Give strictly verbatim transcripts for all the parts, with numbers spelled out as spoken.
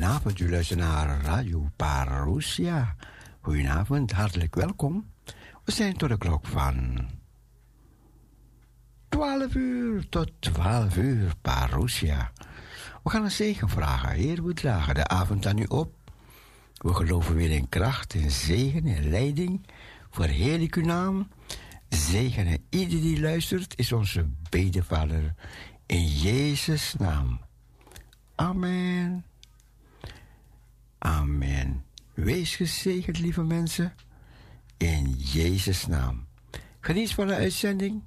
Goedenavond, u luistert naar Radio Parousia. Goedenavond, hartelijk welkom. We zijn tot de klok van twaalf uur tot twaalf uur, Parousia. We gaan een zegen vragen. Heer, we dragen de avond aan u op. We geloven weer in kracht, in zegen, in leiding. Verheerlijk uw naam. Zegenen ieder die luistert, is onze bedevader. In Jezus' naam. Amen. Amen. Wees gezegend, lieve mensen. In Jezus' naam. Geniet van de uitzending.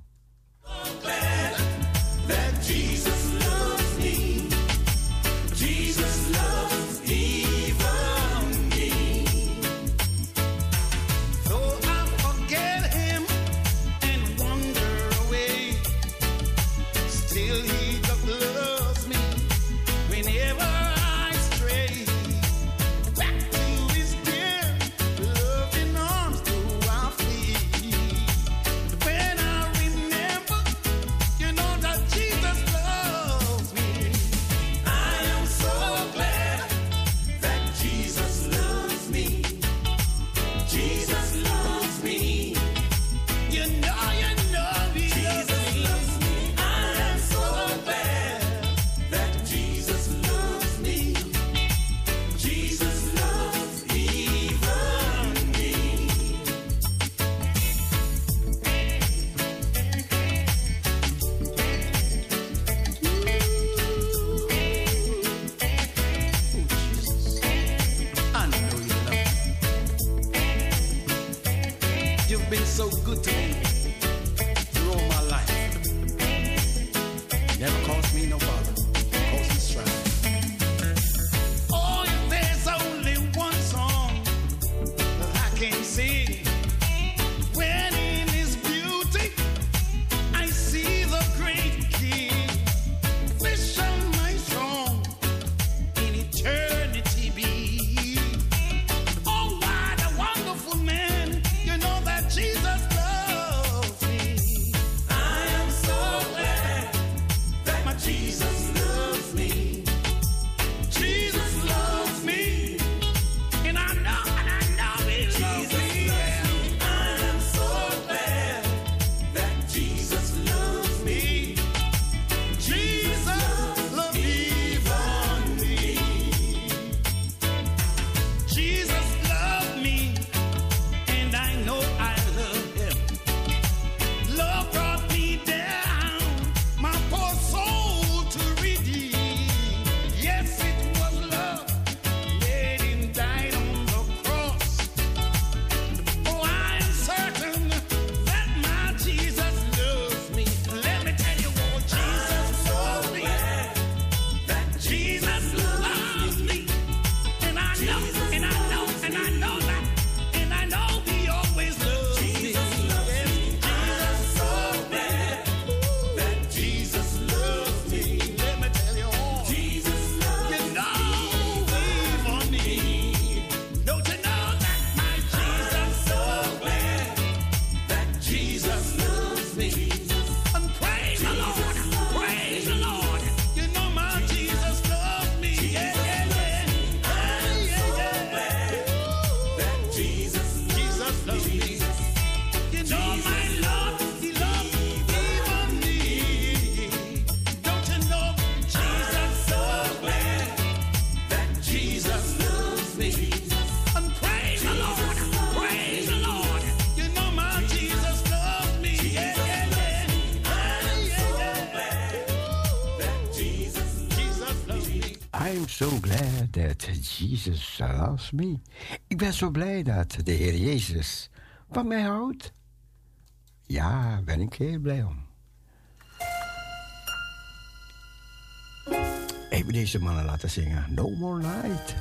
So glad that Jesus loves me. Ik ben zo blij dat de Heer Jezus van mij houdt. Ja, ben ik heel blij om. Even deze mannen laten zingen. No More Night.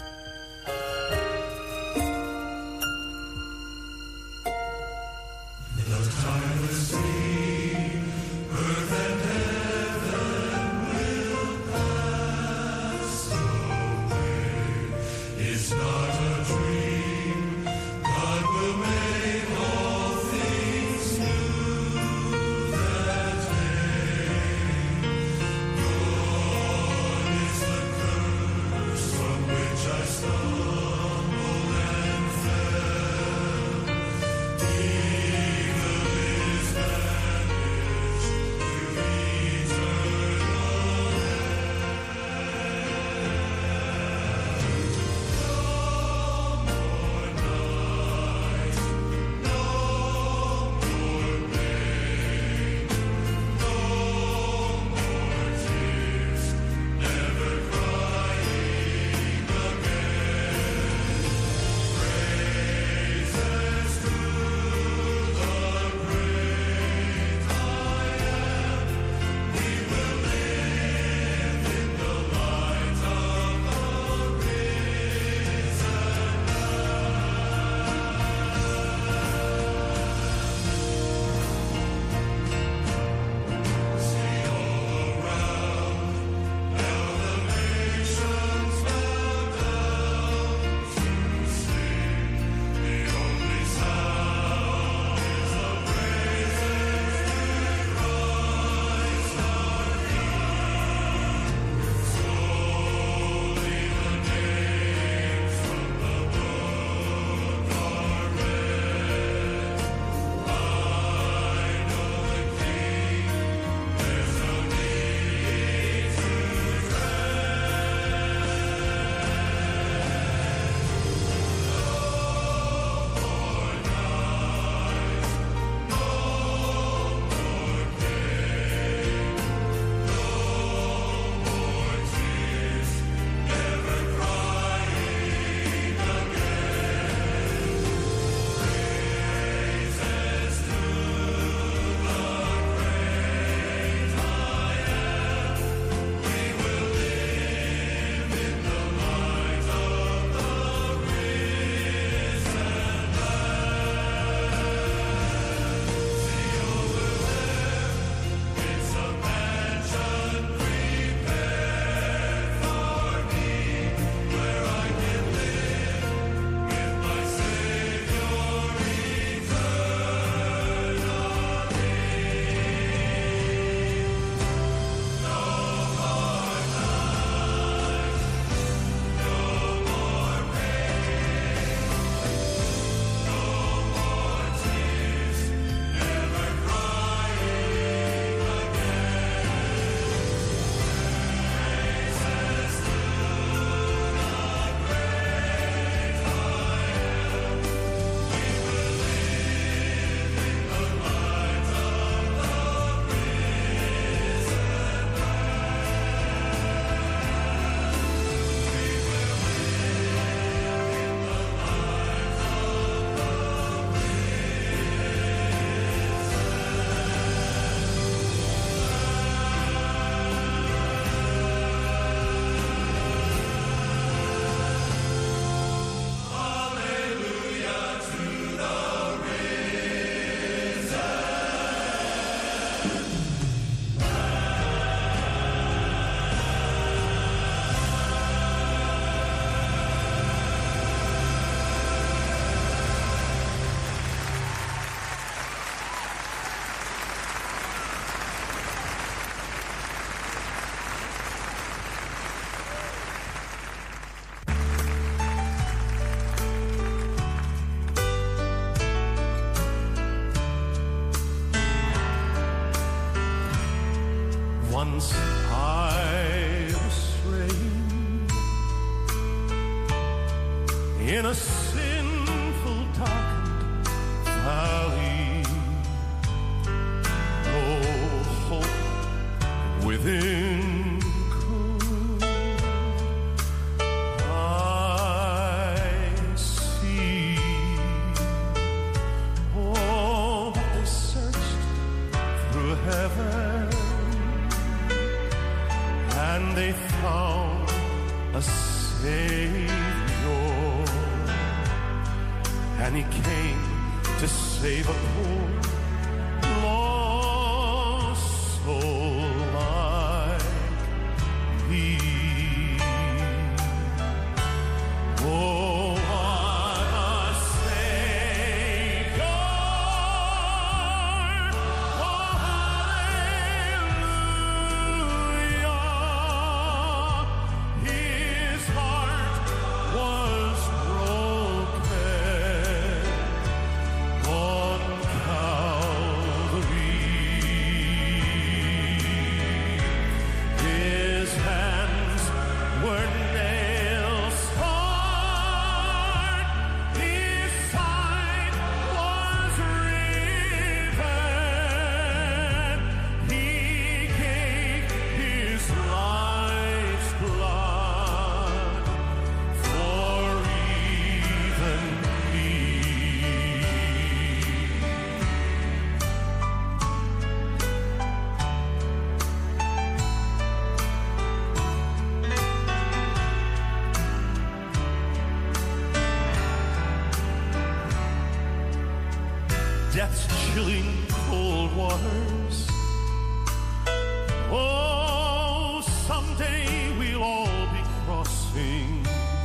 The time will see earth and heaven will pass away. It's not a dream. God will make all things new that day. Gone is the curse from which I Once I was straying in a sinful darkened valley, no hope within could I see. Oh, but they searched through heaven and they found a Savior, and He came to save a poor lost soul like thee. Oh, what a Savior! Oh, hallelujah! His heart was broken on Calvary. His hands were nail-scarred, His side was riven. He gave His life's blood for even me. Death's chilling cold waters, oh, someday we'll all be crossing,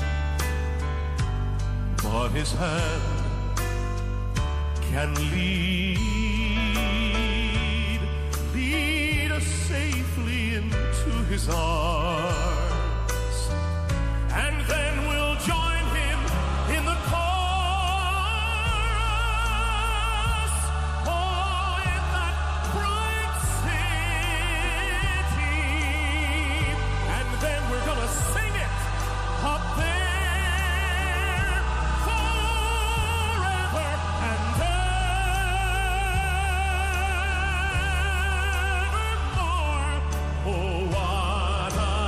but His hand can lead, lead us safely into His arms, and then we'll join Him in the chorus, oh, in that bright city, and then we're gonna sing it up there forever and evermore. Oh, what a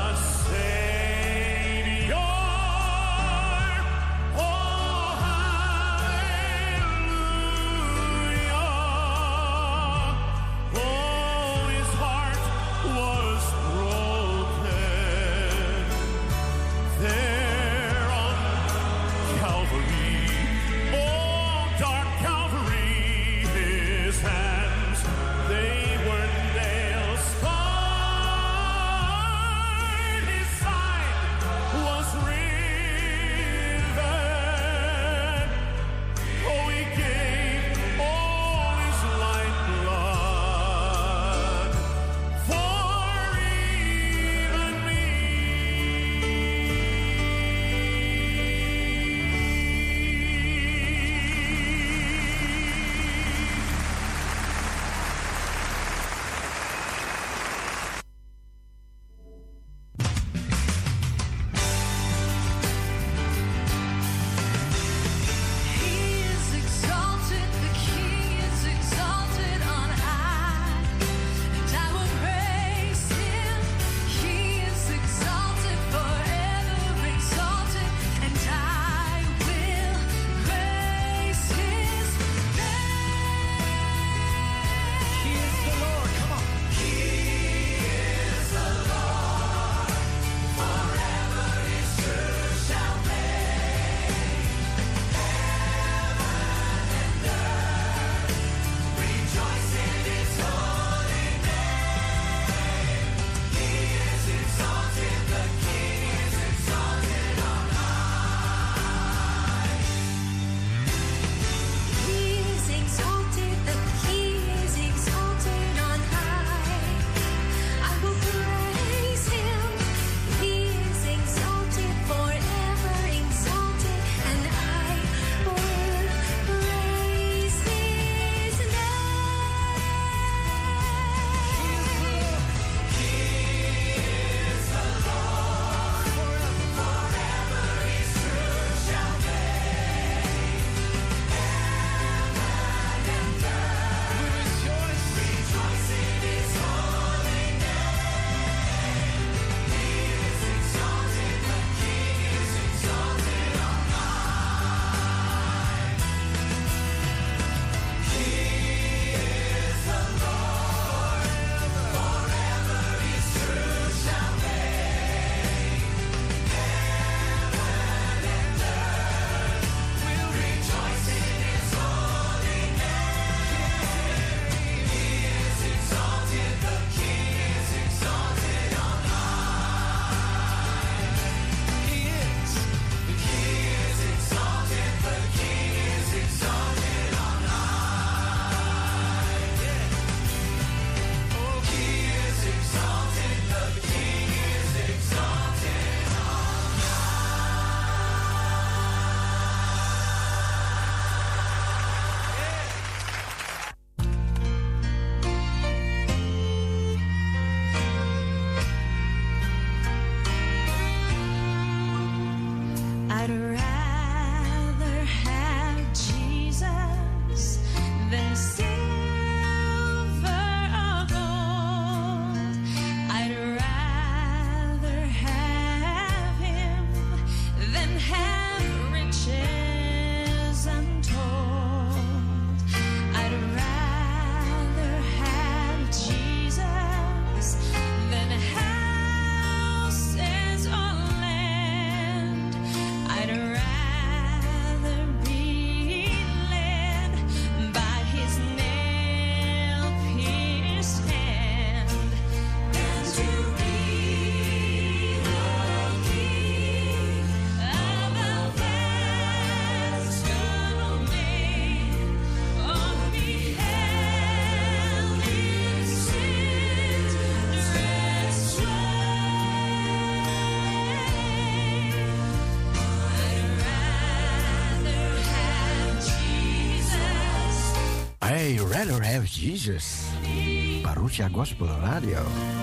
rather have Jesus. Parousia Gospel Radio.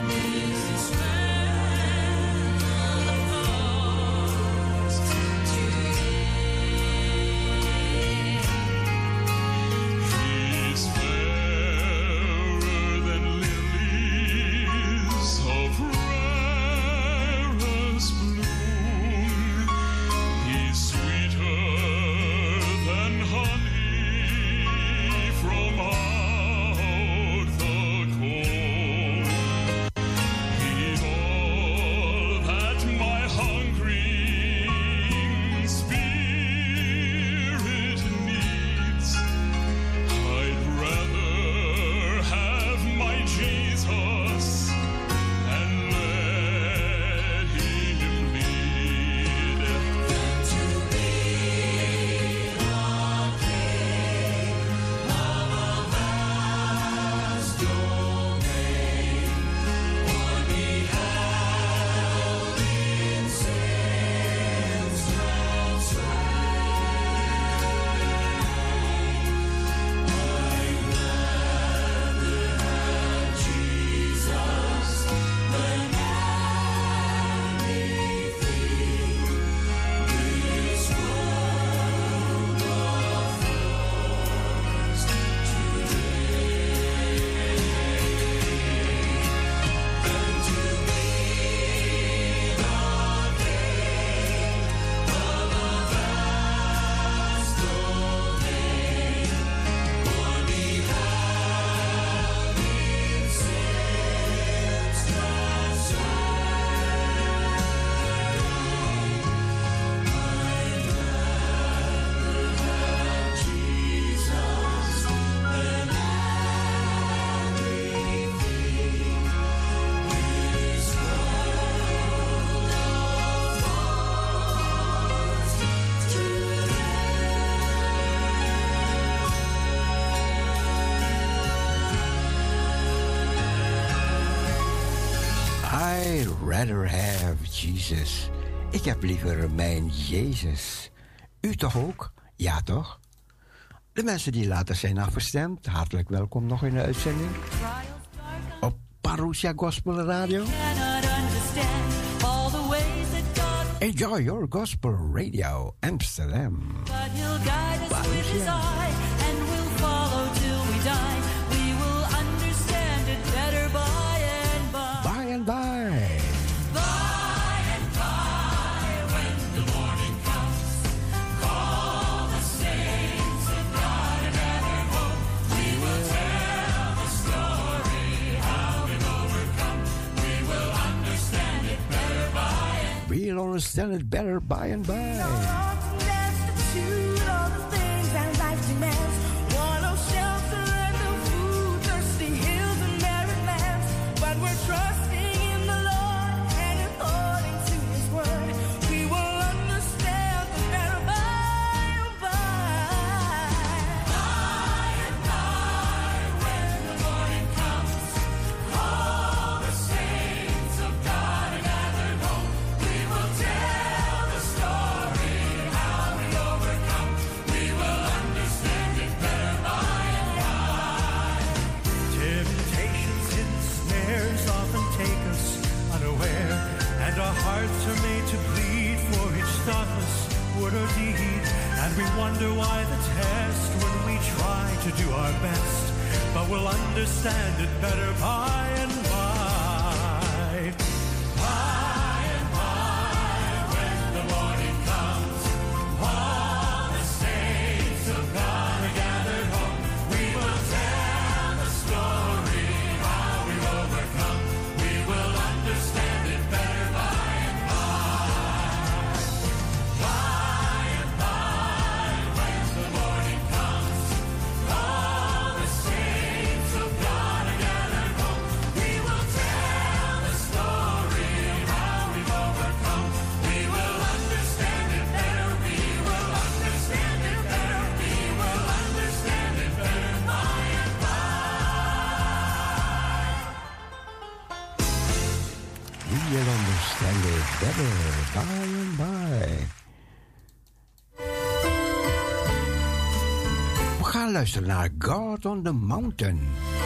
Rather have Jesus. Ik heb liever mijn Jezus. U toch ook? Ja, toch? De mensen die later zijn afgestemd, hartelijk welkom nog in de uitzending. Op Parousia Gospel Radio. Enjoy your Gospel Radio, Amsterdam. Parousia. By and by. We'll understand it better by and by. And we wonder why the test when we try to do our best, but we'll understand it better by and by. By and by, when the morning comes, all the saints of God are gathered home. We will tell the story, how we've overcome. We will understand it better by and by. By and by, when the morning comes, all the saints of God are gathered home. We will tell the story, how we've overcome. We will understand it better. We will understand it better. We will understand it better by and by. We will understand it better by and by. We gaan gaan luisteren naar God on the Mountain.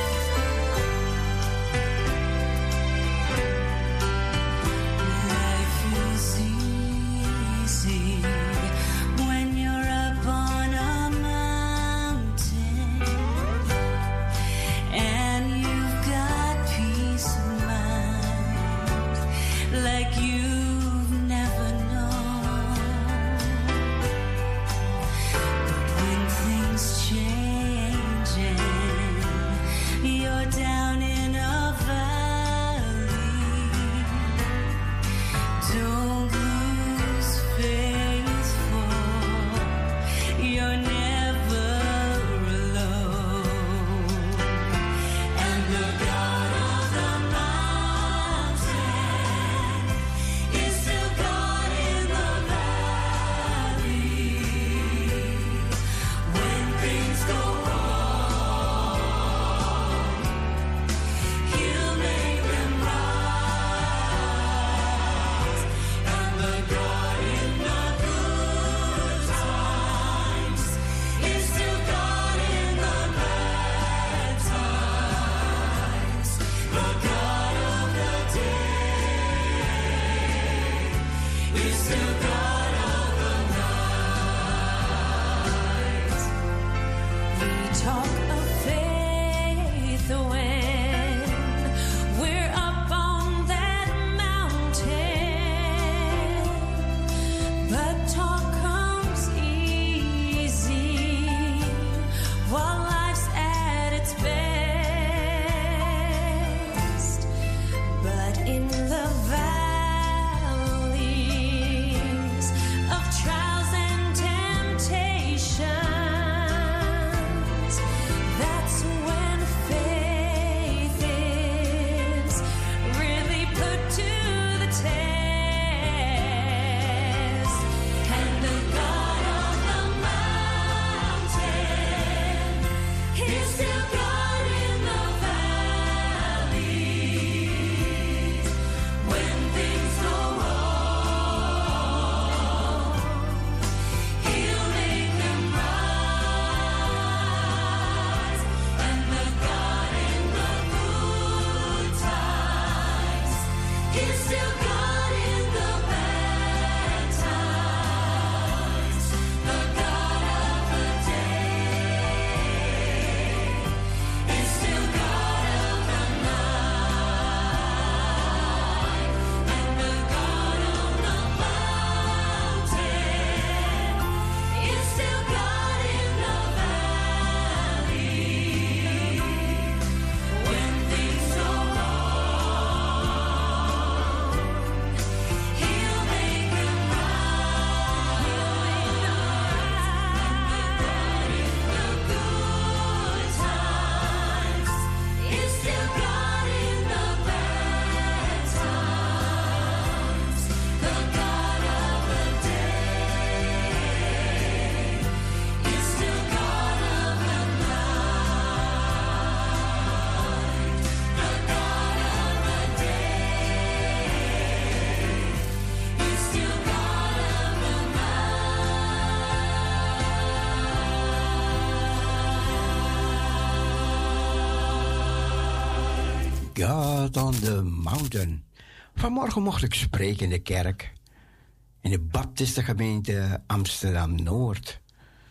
God on the Mountain. Vanmorgen mocht ik spreken in de kerk. In de Baptistengemeente Amsterdam-Noord.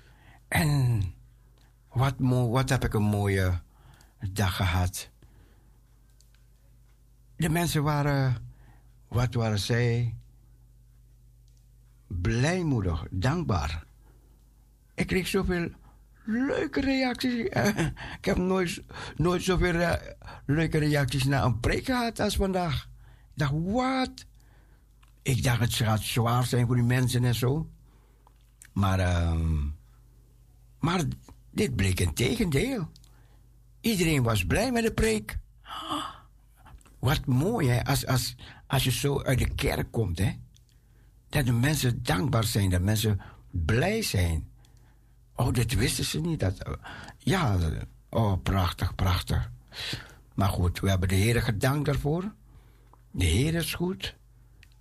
En wat, mo- wat heb ik een mooie dag gehad. De mensen waren, wat waren zij? Blijmoedig, dankbaar. Ik kreeg zoveel leuke reacties. Ik heb nooit, nooit zoveel re- leuke reacties naar een preek gehad als vandaag. Ik dacht, wat? Ik dacht, het gaat zwaar zijn voor die mensen en zo. Maar, uh, maar dit bleek een tegendeel. Iedereen was blij met de preek. Wat mooi, hè? Als, als, als je zo uit de kerk komt, hè? Dat de mensen dankbaar zijn, dat mensen blij zijn. Oh, dat wisten ze niet. Dat, uh, ja, oh, prachtig, prachtig. Maar goed, we hebben de Heer gedankt daarvoor. De Heer is goed.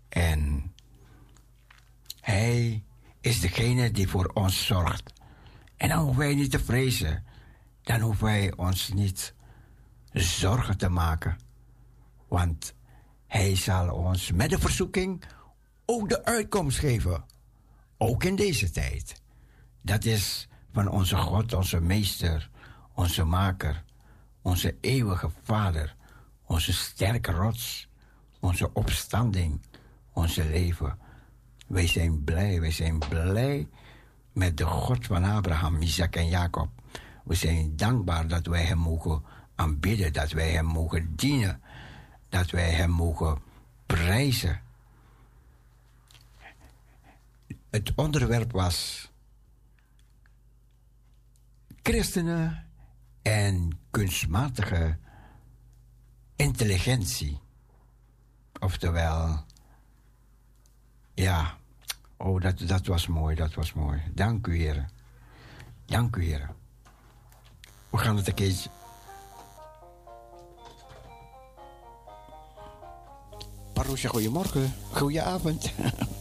En Hij is degene die voor ons zorgt. En dan hoeven wij niet te vrezen. Dan hoeven wij ons niet zorgen te maken. Want hij zal ons met de verzoeking ook de uitkomst geven. Ook in deze tijd. Dat is van onze God, onze meester, onze maker, onze eeuwige vader, onze sterke rots, onze opstanding, onze leven. Wij zijn blij, wij zijn blij met de God van Abraham, Isaac en Jacob. We zijn dankbaar dat wij hem mogen aanbidden, dat wij hem mogen dienen, dat wij hem mogen prijzen. Het onderwerp was christenen en kunstmatige intelligentie. Oftewel, ja, oh, dat, dat was mooi, dat was mooi. Dank u, heren. Dank u, heren. We gaan het een keertje. Parousia, goedemorgen. Goedenavond.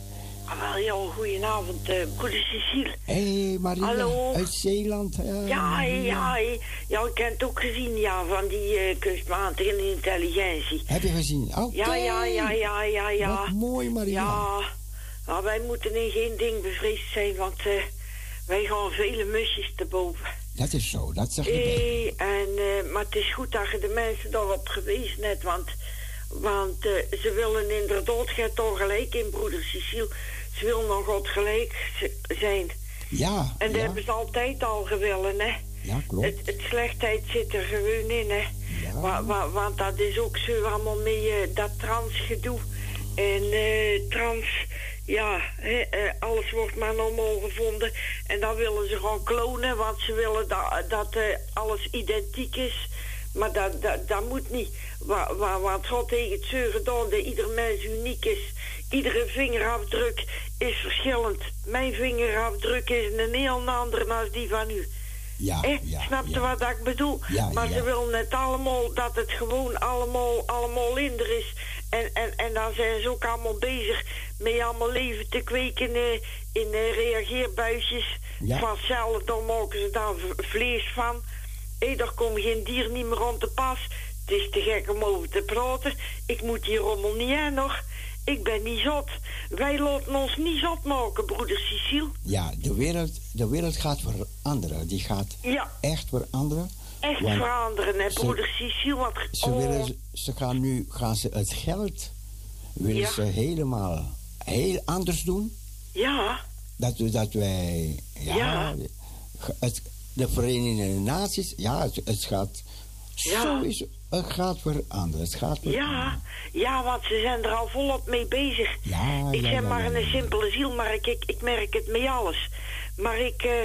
Ah, ja, goedenavond, uh, broeder Cecile. Hé, hey, Maria. Hallo. Uit Zeeland. Uh, ja, ja, ja, ja, ik heb het ook gezien, ja, van die uh, kunstmatige intelligentie. Heb je gezien? Oké. Okay. Ja, ja, ja, ja, ja, ja. Wat mooi, Maria. Ja, nou, wij moeten in geen ding bevreesd zijn, want uh, wij gaan vele musjes te boven. Dat is zo, dat zeg je. Hey, en, uh, maar het is goed dat je de mensen daarop gewezen hebt, want... Want uh, ze willen inderdaad, gaat toch gelijk in, broeder Cecile. Ze willen nog God gelijk zijn. Ja, En dat ja. hebben ze altijd al gewillen, hè. Ja, klopt. Het, het slechtheid zit er gewoon in, hè. Ja. Wa, wa, want dat is ook zo allemaal mee uh, dat transgedoe. En uh, trans, ja, hè, uh, alles wordt maar normaal gevonden. En dan willen ze gewoon klonen, want ze willen dat, dat uh, alles identiek is. Maar dat, dat, dat moet niet. Wa, wa, want God heeft het zo gedaan dat ieder mens uniek is. Iedere vingerafdruk is verschillend. Mijn vingerafdruk is een heel andere dan die van u. Ja, eh, ja, snap je ja. wat ik bedoel? Ja, maar ja. ze willen het allemaal, dat het gewoon allemaal, allemaal inder is. En, en, en dan zijn ze ook allemaal bezig met allemaal leven te kweken uh, in uh, reageerbuisjes. Ja. Van cellen, daar maken ze dan vlees van. Hé, daar komt geen dier niet meer aan te pas. Het is te gek om over te praten. Ik moet die rommel niet aan nog. Ik ben niet zot. Wij laten ons niet zot maken, broeder Cecile. Ja, de wereld, de wereld gaat veranderen. Die gaat ja. echt veranderen. Echt veranderen, hè, broeder ze, Cecile. Want, ze, oh. willen, ze gaan nu gaan ze het geld willen ja. ze helemaal heel anders doen. Ja. Dat, dat wij... Ja, ja. Het, de Verenigde Naties, ja, het, het gaat ja. sowieso, het gaat veranderen. Het gaat veranderen. Ja, ja, want ze zijn er al volop mee bezig. Ja, ik ja, ben ja, maar ja, een ja. simpele ziel, maar ik, ik, ik merk het met alles. Maar ik, uh,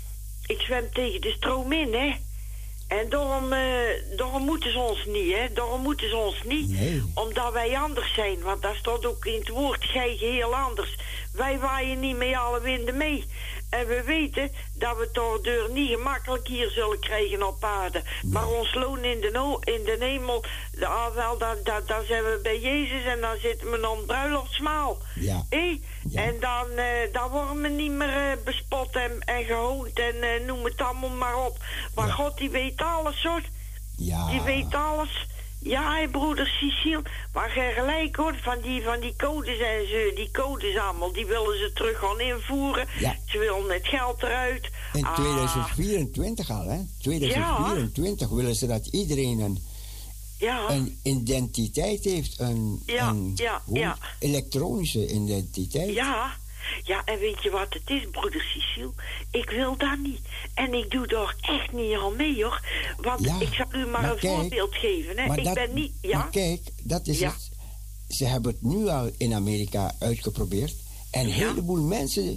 ik zwem tegen de stroom in, hè. En daarom, uh, daarom moeten ze ons niet, hè. Daarom moeten ze ons niet. Nee. Omdat wij anders zijn. Want daar staat ook in het woord, gij geheel anders. Wij waaien niet met alle winden mee. En we weten dat we het daardoor niet gemakkelijk hier zullen krijgen op aarde. Nee. Maar ons loon in de, no- in de hemel, ah, wel, dan, dan, dan zijn we bij Jezus en dan zitten we op bruiloftsmaal. Ja. Eh? Ja. En dan, uh, dan worden we niet meer uh, bespot en, en gehoond en uh, noem het allemaal maar op. Maar ja. God, die weet alles, hoor. Ja. Die weet alles. Ja, hey, broeder Cecile, maar je gelijk hoor, van die, van die codes en zo, die codes allemaal, die willen ze terug gaan invoeren. Ja. Ze willen het geld eruit. In ah. tweeduizend vierentwintig al, hè? tweeduizend vierentwintig ja. willen ze dat iedereen een, ja. een identiteit heeft, een, ja, een ja, hoe, ja. elektronische identiteit. Ja. Ja, en weet je wat het is, broeder Cecile? Ik wil dat niet. En ik doe daar echt niet aan mee, hoor. Want ja, ik zal u maar, maar een kijk, voorbeeld geven, hè. Ik dat, ben niet... Ja? Maar kijk, dat is ja. het. Ze hebben het nu al in Amerika uitgeprobeerd. En een ja. heleboel mensen,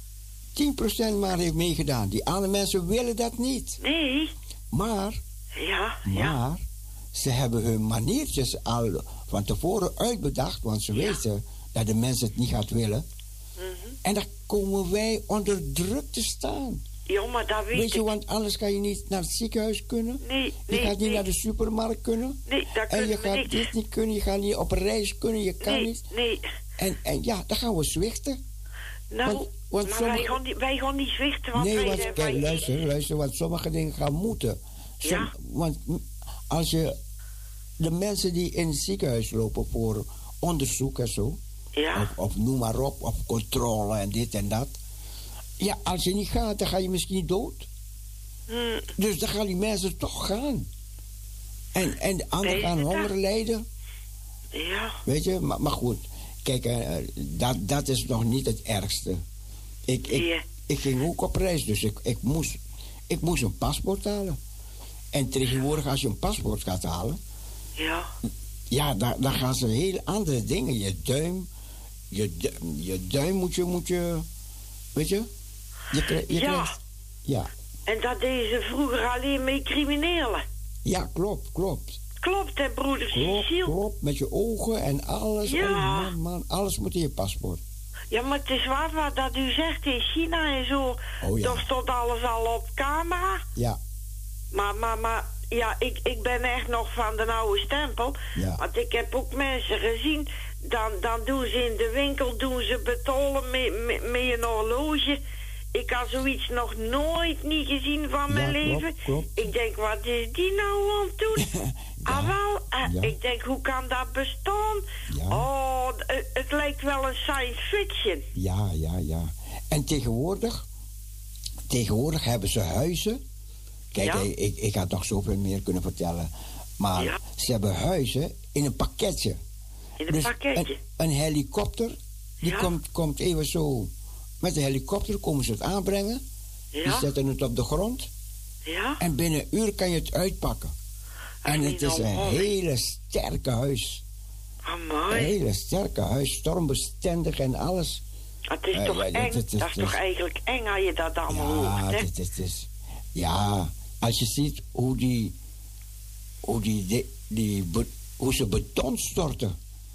tien procent maar heeft meegedaan. Die andere mensen willen dat niet. Nee. Maar, ja, maar ja. ze hebben hun maniertjes al van tevoren uitbedacht. Want ze ja. weten dat de mensen het niet gaat willen. Mm-hmm. En dan komen wij onder druk te staan. Ja, maar dat weet, weet je, ik. want anders ga je niet naar het ziekenhuis kunnen. Nee, je nee, gaat niet nee. naar de supermarkt kunnen. Nee, dat en je gaat niks. dit niet kunnen, je gaat niet op reis kunnen, je kan nee, niet. Nee, En, en ja, dan gaan we zwichten. Nou, want, want maar sommige... wij, gaan niet, wij gaan niet zwichten. Want nee, wij want, zijn kijk, van luister, Jezus. luister, want sommige dingen gaan moeten. Som, Ja. Want als je de mensen die in het ziekenhuis lopen voor onderzoek en zo, Ja. of, of noem maar op, of controle en dit en dat. Ja, als je niet gaat, dan ga je misschien dood. Hmm. Dus dan gaan die mensen toch gaan. En, en de anderen Weet je gaan dat? honger lijden. Ja. Weet je, maar, maar goed. Kijk, uh, dat, dat is nog niet het ergste. Ik, ik, Ja. ik ging ook op reis, dus ik, ik, moest, ik moest een paspoort halen. En tegenwoordig, als je een paspoort gaat halen, Ja. ja, dan, dan gaan ze heel andere dingen. Je duim, je, du- je duim moet je, moet je, weet je? Je, krijg- je Ja. krijgt, ja. En dat deden ze vroeger alleen met criminelen. Ja, klopt, klopt. Klopt, hè, broeder Klopt, Cecile? klopt. Met je ogen en alles. Ja. Oh man, man, alles moet in je paspoort. Ja, maar het is waar wat dat u zegt in China en zo. Oh ja. Daar stond alles al op camera. Ja, Maar, maar, maar, ja, ik, ik ben echt nog van de oude stempel. Ja. Want ik heb ook mensen gezien, dan, dan doen ze in de winkel, doen ze betolen met, met, met een horloge. Ik had zoiets nog nooit niet gezien van mijn Ja, klopt, leven. klopt. Ik denk, wat is die nou aan het doen? Ja, Ah, wel, eh, ja. ik denk, hoe kan dat bestaan? Ja. Oh, het, het lijkt wel een science fiction. ja, ja, ja. En tegenwoordig, tegenwoordig hebben ze huizen. Kijk, Ja. ik, ik, ik had nog zoveel meer kunnen vertellen. Maar Ja. ze hebben huizen in een pakketje. In een Dus pakketje. Een, een helikopter, die Ja. komt, komt even zo... Met de helikopter komen ze het aanbrengen. Die Ja, zetten het op de grond. ja. En binnen een uur kan je het uitpakken. Dat En is het niet is een normaal, hè? hele sterke huis. Een Amai. hele sterke huis, stormbestendig en alles. Het is Eh, toch ja, dat- eng? dat- dat- Dat is dat- toch eigenlijk eng als je dat allemaal Ja, hoort, hè? het is, het is, ja, als je ziet hoe die, hoe die, die, die be- hoe ze beton storten,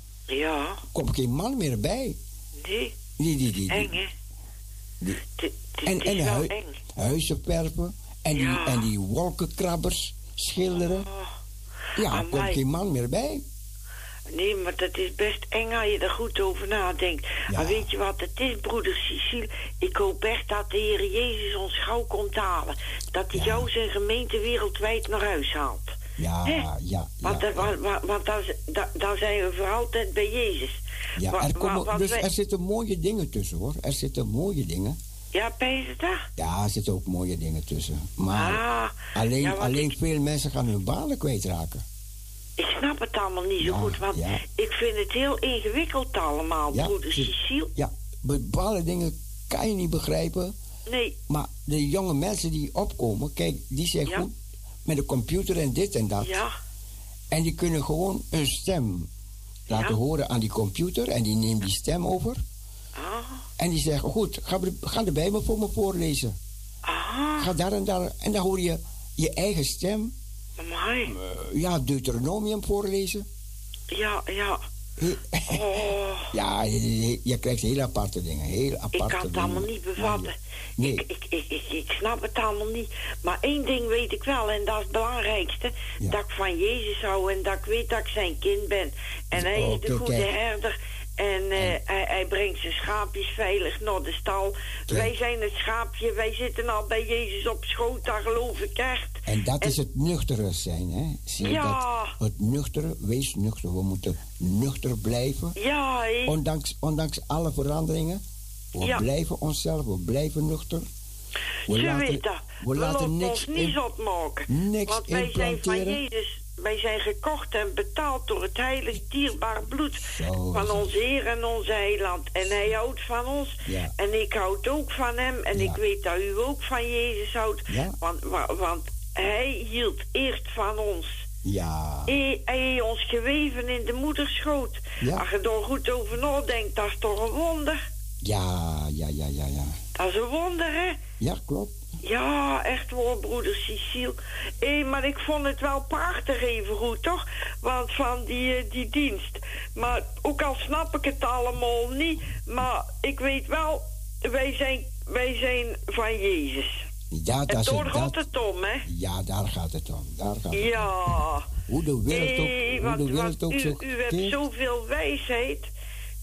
Ja, komt geen man meer bij. nee, Die, die, die, eng, die, hè? die- Het en, het is en wel hui- eng. huizen verven en die, Ja. en die wolkenkrabbers schilderen. Oh, Ja, er amai. komt geen man meer bij. nee, maar dat is best eng als je er goed over nadenkt. Ja. Maar weet je wat het is, broeder Cecile? Ik hoop echt dat de Heer Jezus ons gauw komt halen. Dat hij Ja. jou zijn gemeente wereldwijd naar huis haalt. Ja, Hè? ja, ja. Want, ja, dat- want, want, want dan, dan, dan zijn we voor altijd bij Jezus. Ja, Wa- er wa- komen, want dus wij- er zitten mooie dingen tussen, hoor. Er zitten mooie dingen. Ja, ben je dat? Ja, er zitten ook mooie dingen tussen. Maar Ah, alleen, ja, want alleen ik- veel mensen gaan hun banen kwijtraken. Ik snap het allemaal niet zo Ja, goed, want ja. ik vind het heel ingewikkeld allemaal, Ja, broeder ze- Cecile. Ja, bepaalde dingen kan je niet begrijpen. Nee, Maar de jonge mensen die opkomen, kijk, die zijn Ja. goed met de computer en dit en dat. ja, En die kunnen gewoon een stem laten Ja. horen aan die computer. En die neemt die stem over. ah, En die zeggen, goed, ga, de- ga de Bijbel voor me voorlezen. ah, Ga daar en daar. En dan hoor je je eigen stem. amai. eh, ja, Deuteronomium voorlezen. Ja, ja, He- oh, Ja, je, je krijgt hele aparte dingen. Heel ik aparte kan het dingen. allemaal niet bevatten. Nee. Ik, ik, ik, ik, ik snap het allemaal niet. Maar één ding weet ik wel, en dat is het belangrijkste. Ja. Dat ik van Jezus hou en dat ik weet dat ik zijn kind ben. En hij is de Oké, goede kijk. herder. En eh, En- hij, hij brengt zijn schaapjes veilig naar de stal. Kijk. Wij zijn het schaapje, wij zitten al bij Jezus op schoot, dat geloof ik echt. En dat is het nuchtere zijn, hè? Zie je Ja. dat? Het nuchtere, wees nuchter. We moeten nuchter blijven. Ja, hé. Ondanks, ondanks alle veranderingen. We Ja. blijven onszelf, we blijven nuchter. We Ze laten, weet dat. we We laten laten niks ons niet in, zot maken. niks Want wij zijn van implanteren. Jezus. Wij zijn gekocht en betaald door het heilig dierbaar bloed Zo van is het. onze Heer en onze heiland. En hij houdt van ons. Ja. En ik houd ook van hem. En Ja. ik weet dat u ook van Jezus houdt. Ja. Want, wa- want hij hield eerst van ons. Ja, Hij, hij heeft ons geweven in de moederschoot. Ja. Als je er goed over nadenkt, dat is toch een wonder? ja, ja, ja, ja, ja. Dat is een wonder, hè? Ja, klopt. Ja, echt hoor, broeder Cecile. Hé, maar ik vond het wel prachtig even goed, toch? Want van die, eh, die dienst. Maar ook al snap ik het allemaal niet, maar ik weet wel, wij zijn, wij zijn van Jezus. Ja, dat En is daar het, gaat dat, het om, hè? ja, daar gaat het om. Daar gaat het om. Ja. Hoe de wereld ook, Hé, hoe want, de wereld want ook u, zo u hebt keert. zoveel wijsheid.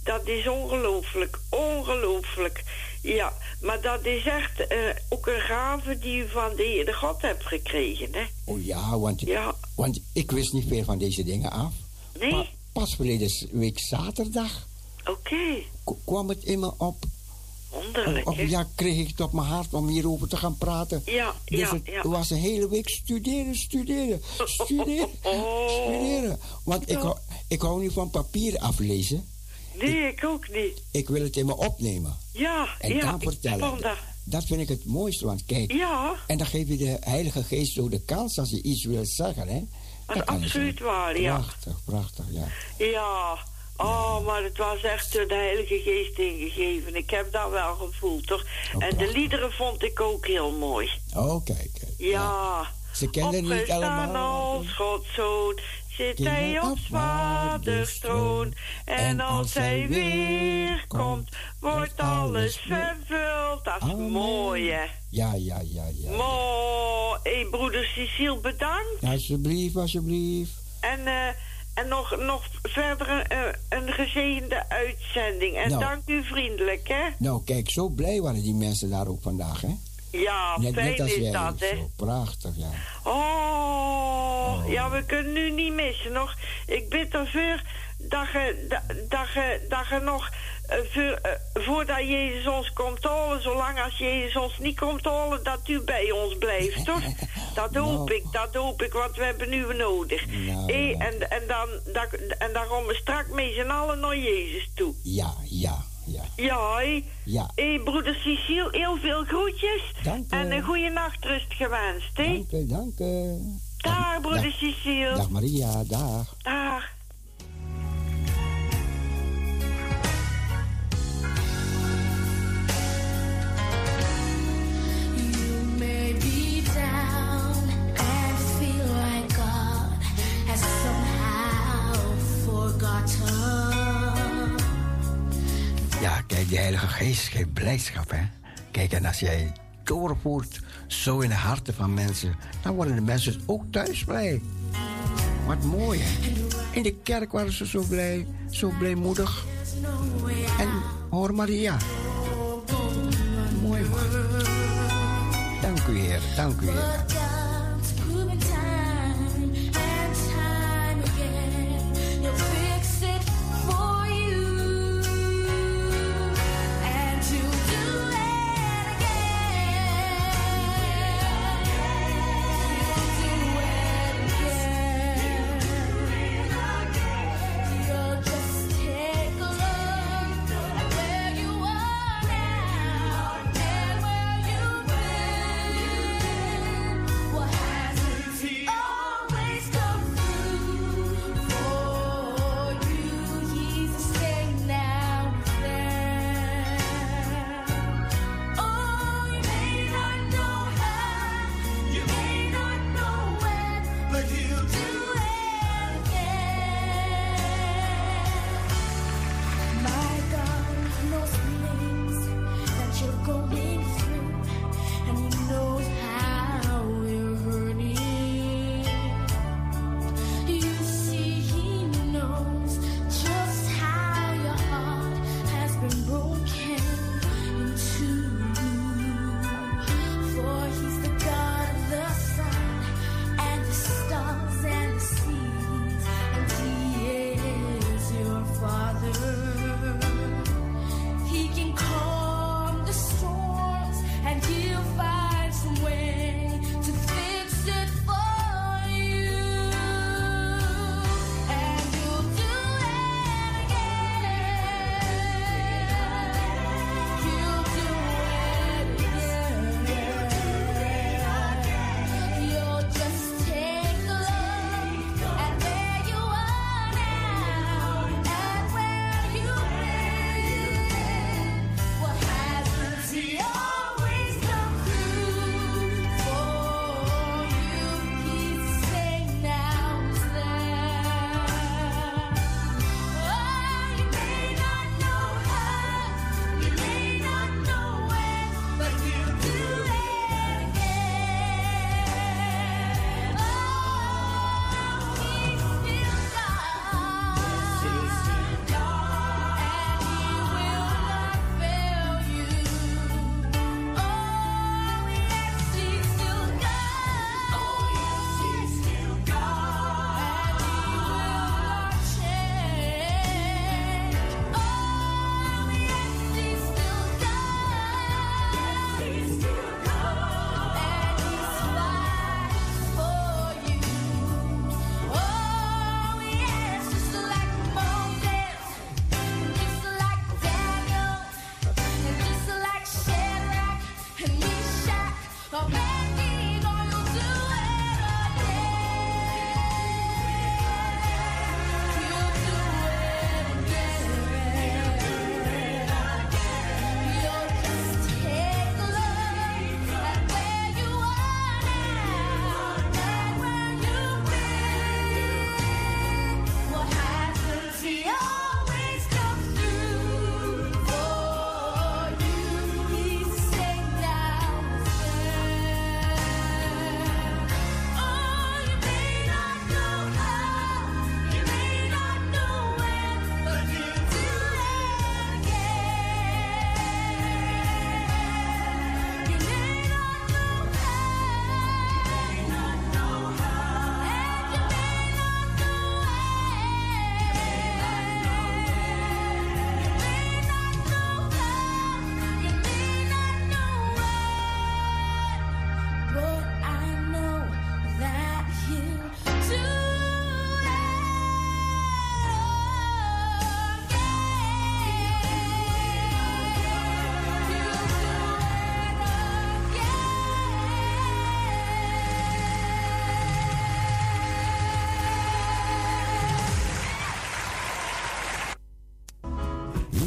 Dat is ongelooflijk, ongelooflijk. Ja, maar dat is echt uh, ook een gave die u van de Heere God hebt gekregen, hè? Oh ja, want, ja. want ik wist niet veel van deze dingen af. Nee? Pa, pas verleden week zaterdag... Oké. Okay. kwam het in me op. Wonderlijk, of, of ja, kreeg ik het op mijn hart om hierover te gaan praten. Ja, dus ja, het ja. was een hele week studeren, studeren, studeren, oh. studeren. Want ik, hou, ik hou niet van papier aflezen. Nee, ik, ik ook niet. Ik wil het in me opnemen. Ja, en ja. dan vertellen. Dat. dat vind ik het mooiste, want kijk. Ja. En dan geef je de Heilige Geest zo de kans als je iets wil zeggen, hè. Dat is absoluut waar, ja. Prachtig, prachtig, ja. Ja. Oh, maar het was echt door de Heilige Geest ingegeven. Ik heb dat wel gevoeld, toch? Oh, en de liederen vond ik ook heel mooi. Oh, kijk. Ja. ja. Ze kenden niet allemaal. Als Gods zoon zit hij op vaders troon. En als hij weer komt, wordt alles vervuld. Dat is Amen. Mooi, hè? Ja, ja, ja, ja. Mooi. Hé, hey, broeder Cecile, bedankt. Alsjeblieft, alsjeblieft. En, uh, en nog, nog verder een, uh, een gezegende uitzending. En nou, dank u vriendelijk, hè? Nou, kijk, zo blij waren die mensen daar ook vandaag, hè? Ja, net, fijn net als is jij, dat, hè? Zo prachtig, ja. Oh, oh, ja, we kunnen nu niet missen, nog. Ik bid ervoor dat je, dat, dat je, dat je nog, uh, voor, uh, voordat Jezus ons komt halen, zolang als Jezus ons niet komt halen, dat u bij ons blijft, toch? Dat hoop nou. ik, dat hoop ik, want we hebben u nodig. Nou, hey, en, en, dan, dat, en dan gaan we straks met z'n allen naar Jezus toe. Ja, ja. Ja, ja, hé. Ja. Hey, broeder Cecile, heel veel groetjes. Dank u. En een goede nachtrust gewenst, hè? Dank u, dank u. Dag, dag broeder dag. Cecile. Dag Maria, dag. Dag. You may be down and feel like God has somehow forgotten. Ja, kijk, die Heilige Geest geeft blijdschap, hè. Kijk, en als jij doorvoert zo in de harten van mensen, dan worden de mensen ook thuis blij. Wat mooi, hè. In de kerk waren ze zo blij, zo blijmoedig. En hoor Maria. Mooi, man. Dank u, Heer, dank u, Heer.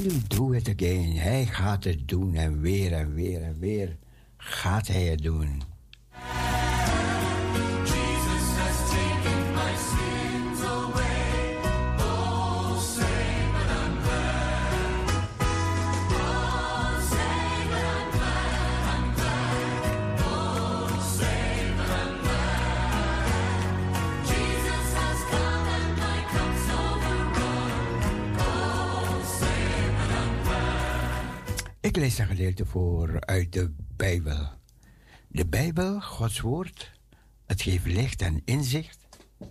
will do it again. Hij gaat het doen en weer en weer en weer gaat hij het doen. Ik lees een gedeelte voor uit de Bijbel. De Bijbel, Gods woord, het geeft licht en inzicht.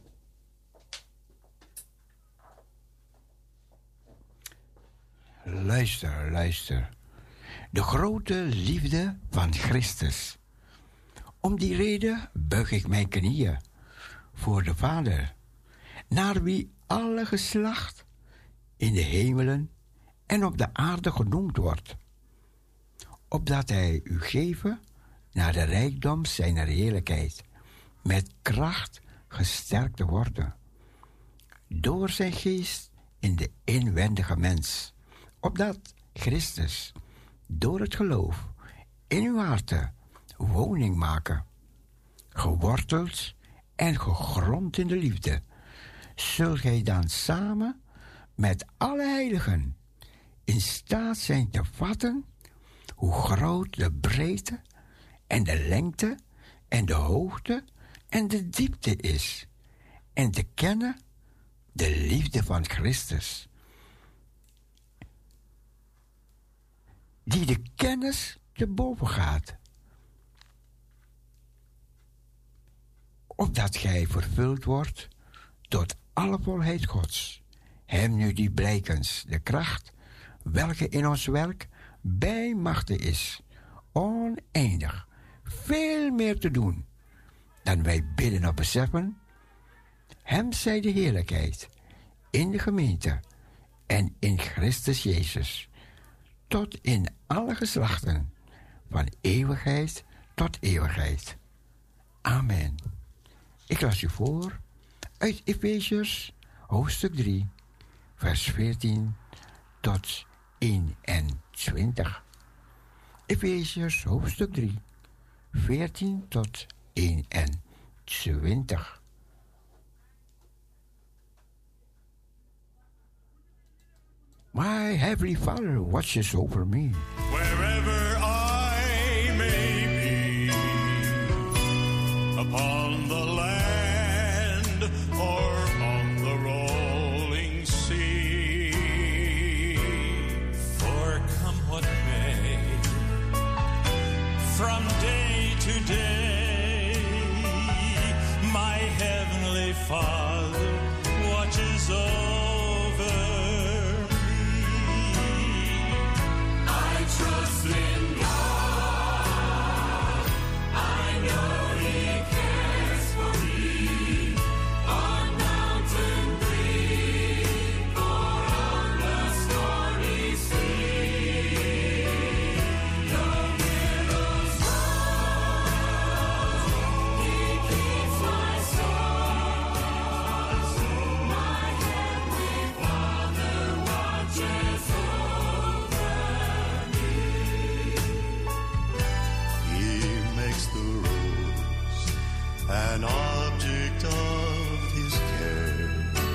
Luister, luister. De grote liefde van Christus. Om die reden buig ik mijn knieën voor de Vader, naar wie alle geslacht in de hemelen en op de aarde genoemd wordt, opdat hij u geven naar de rijkdom zijner heerlijkheid, met kracht gesterkt te worden, door zijn geest in de inwendige mens, opdat Christus door het geloof in uw harten woning maken, geworteld en gegrond in de liefde, zult gij dan samen met alle heiligen in staat zijn te vatten hoe groot de breedte en de lengte en de hoogte en de diepte is, en te kennen de liefde van Christus, die de kennis te boven gaat, opdat gij vervuld wordt tot alle volheid Gods. Hem nu die blijkens de kracht, welke in ons werk bij machten is, oneindig, veel meer te doen dan wij bidden of beseffen. Hem zij de heerlijkheid in de gemeente en in Christus Jezus, tot in alle geslachten, van eeuwigheid tot eeuwigheid. Amen. Ik las u voor uit Efeziërs hoofdstuk drie, vers veertien tot eenentwintig. Efeziërs hoofdstuk drie, veertien tot eenentwintig. My Heavenly Father watches over me. Wherever I may be, upon the land or on the rolling sea. For come what may, from day to day, my Heavenly Father watches over. Trust in God, I know He cares for me, on mountain brink or on the stormy sea. The billows roll, He keeps my soul. My Heavenly Father watches over. An object of His care,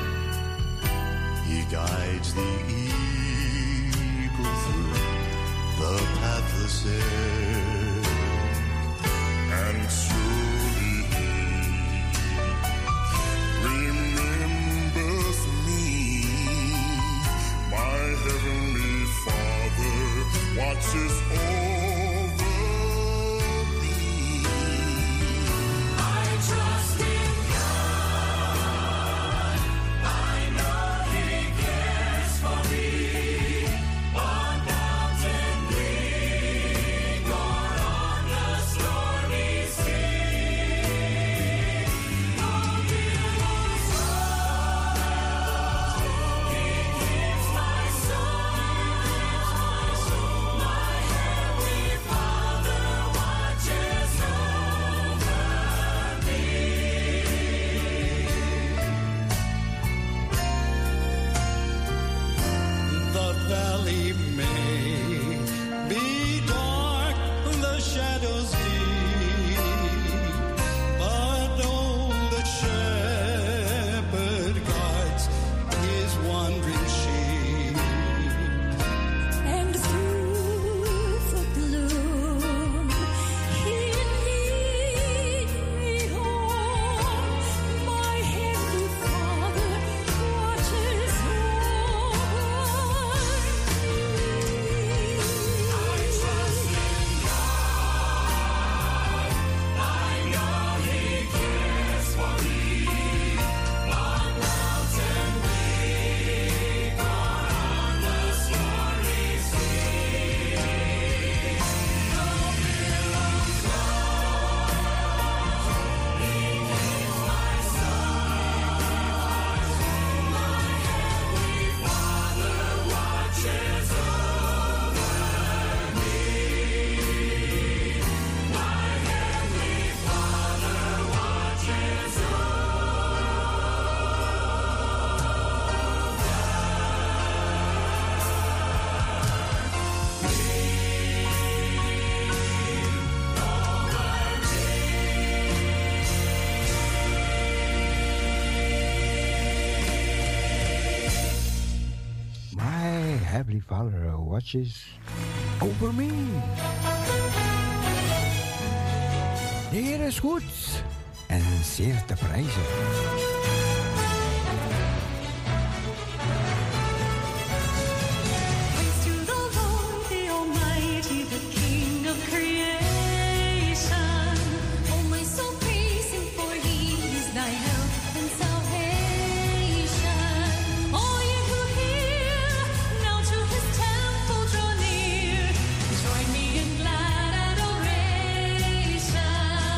He guides the eagle through the pathless air, and surely He remembers me. My Heavenly Father watches over. Trust in God, I know He cares for me, on mountain brink or on the stormy sea. The billows roll, He keeps my soul. My Heavenly valley may be dark, the shadows deep, but oh, the shepherd guides his wandering sheep. And through the gloom, he leads me home. My heavenly Father watches over me. I trust in God. I know He cares for me. One mountain peak or on the stormy sea. No billow cloud beneath my stars. My heavenly Father watches over me. My heavenly Father watches My Heavenly Father watches over me. De Heer is goed en zeer te prijzen. Praise to the Lord, the Almighty, the King of creation. Oh, my soul, praise Him, for He is thy help and salvation. All ye who hear, now to His temple draw near. Join me in glad adoration.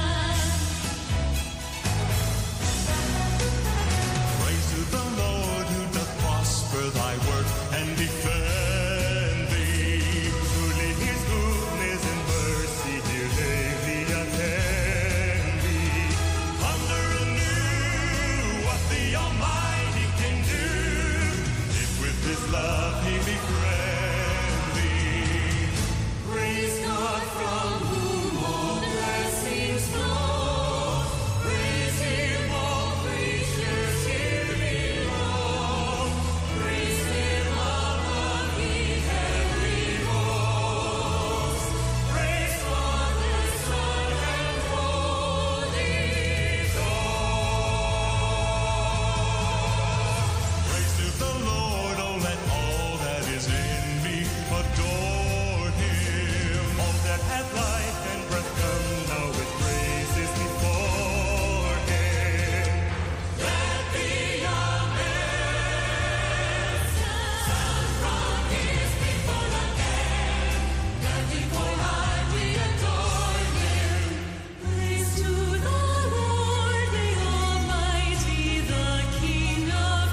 Praise to the Lord who doth prosper thy work and defend thee. Truly his goodness and mercy dear daily attend thee. Wonder anew what the Almighty can do, if with his love he befriend thee. Praise God from whom all blessings flow. Praise Him, all creatures here below. Praise Him above the heavenly hosts. Praise Father, Son, and Holy Ghost. Praise to the Lord, oh let all that is in me adore him. All that hath life and breath come now with praises before him. Let the Amen sound from His people again. That before high we adore Him. Praise to the Lord, the Almighty, the King of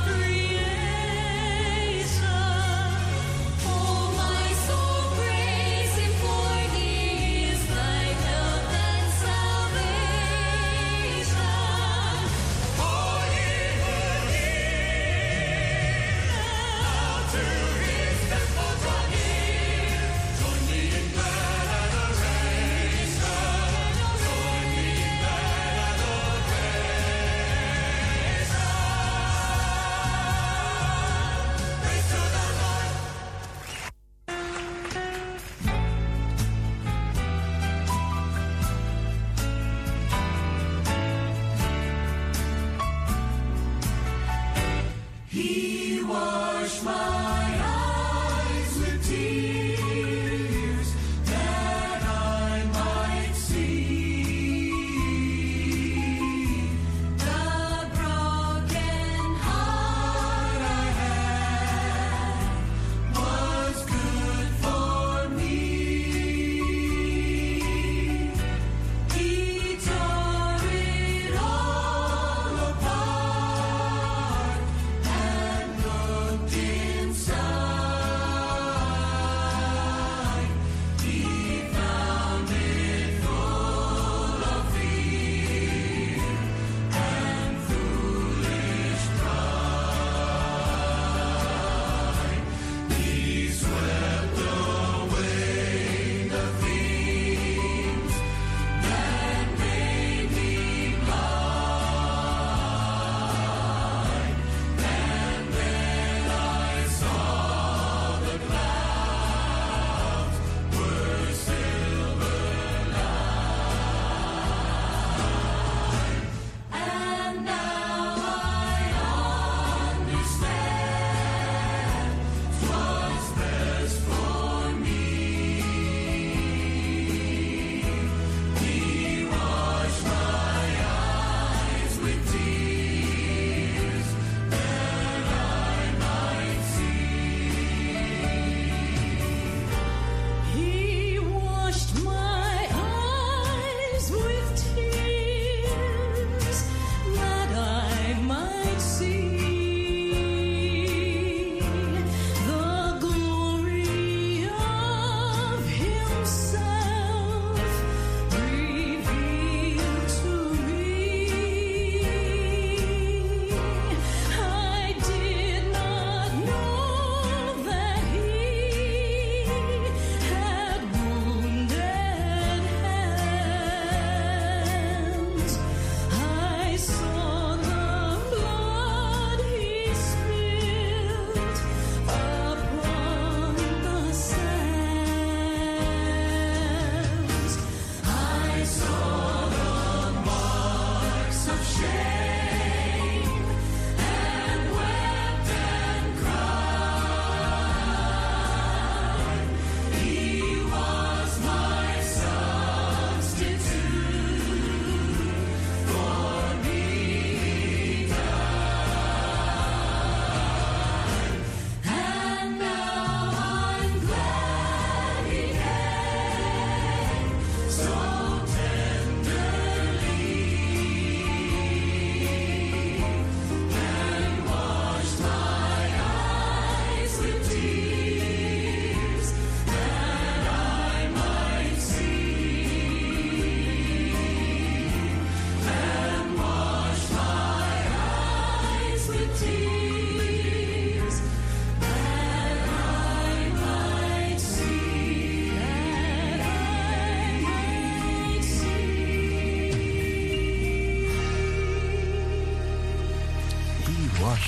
creation. Oh, my soul, praise Him, for He is thy help and salvation. For He who hears, now to His temple draw near. Join me in glad adoration. Join me in glad adoration. Praise to the Lord. He washed my eyes with tears that I might see the broken heart I had was good for me. He tore it all apart and looked inside.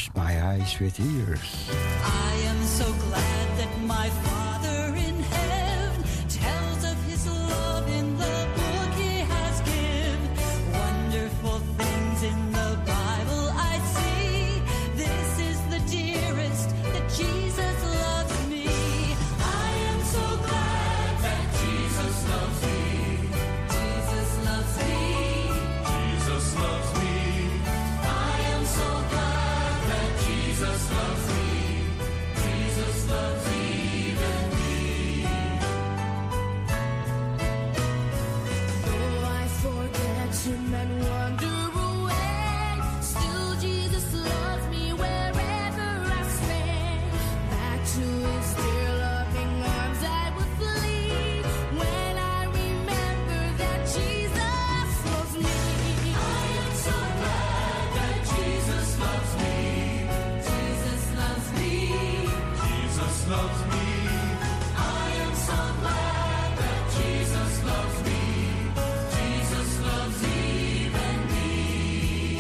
touched my eyes with tears. I am so glad that my Father in heaven tells of his love in the book he has given. Wonderful things in the Bible I see. This is the dearest that Jesus loves me. I am so glad that Jesus loves me. Jesus loves me. Jesus loves me. I am so glad that Jesus loves me. Jesus loves even me. Though I forget him and wander away, still Jesus loves me wherever I stand. Back to his dear loving arms I will flee when I remember that Jesus loves me. I am so glad that Jesus loves me. Jesus loves me. Jesus loves me. I am so glad that Jesus loves me. Jesus loves even me.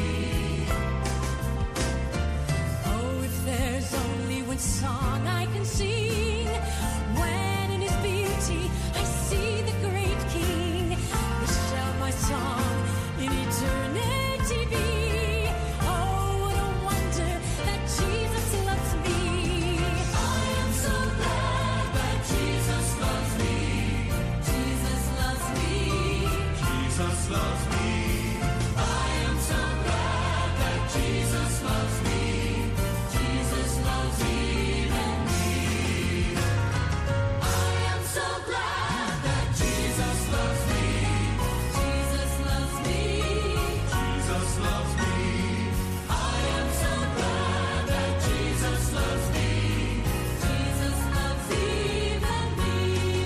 Oh, if there's only one song I can sing, when in his beauty I see the great King, this shall my song in eternity be. Oh, what a wonder that Jesus loves me. I am so glad that Jesus loves me. Jesus loves me. Jesus loves me. I am so glad that Jesus loves me. Jesus loves even me. I am so glad that Jesus loves me. Jesus loves me. Jesus loves me. I am so glad that Jesus loves me. Jesus loves even me.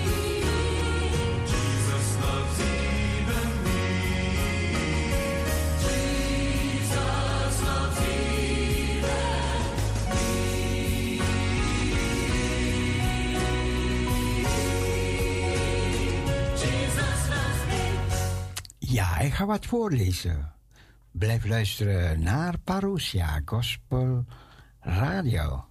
Jesus loves even me. Jesus loves even me. Jesus loves me. Ja, ik ga wat voorlezen. Blijf luisteren naar Parousia Gospel Radio.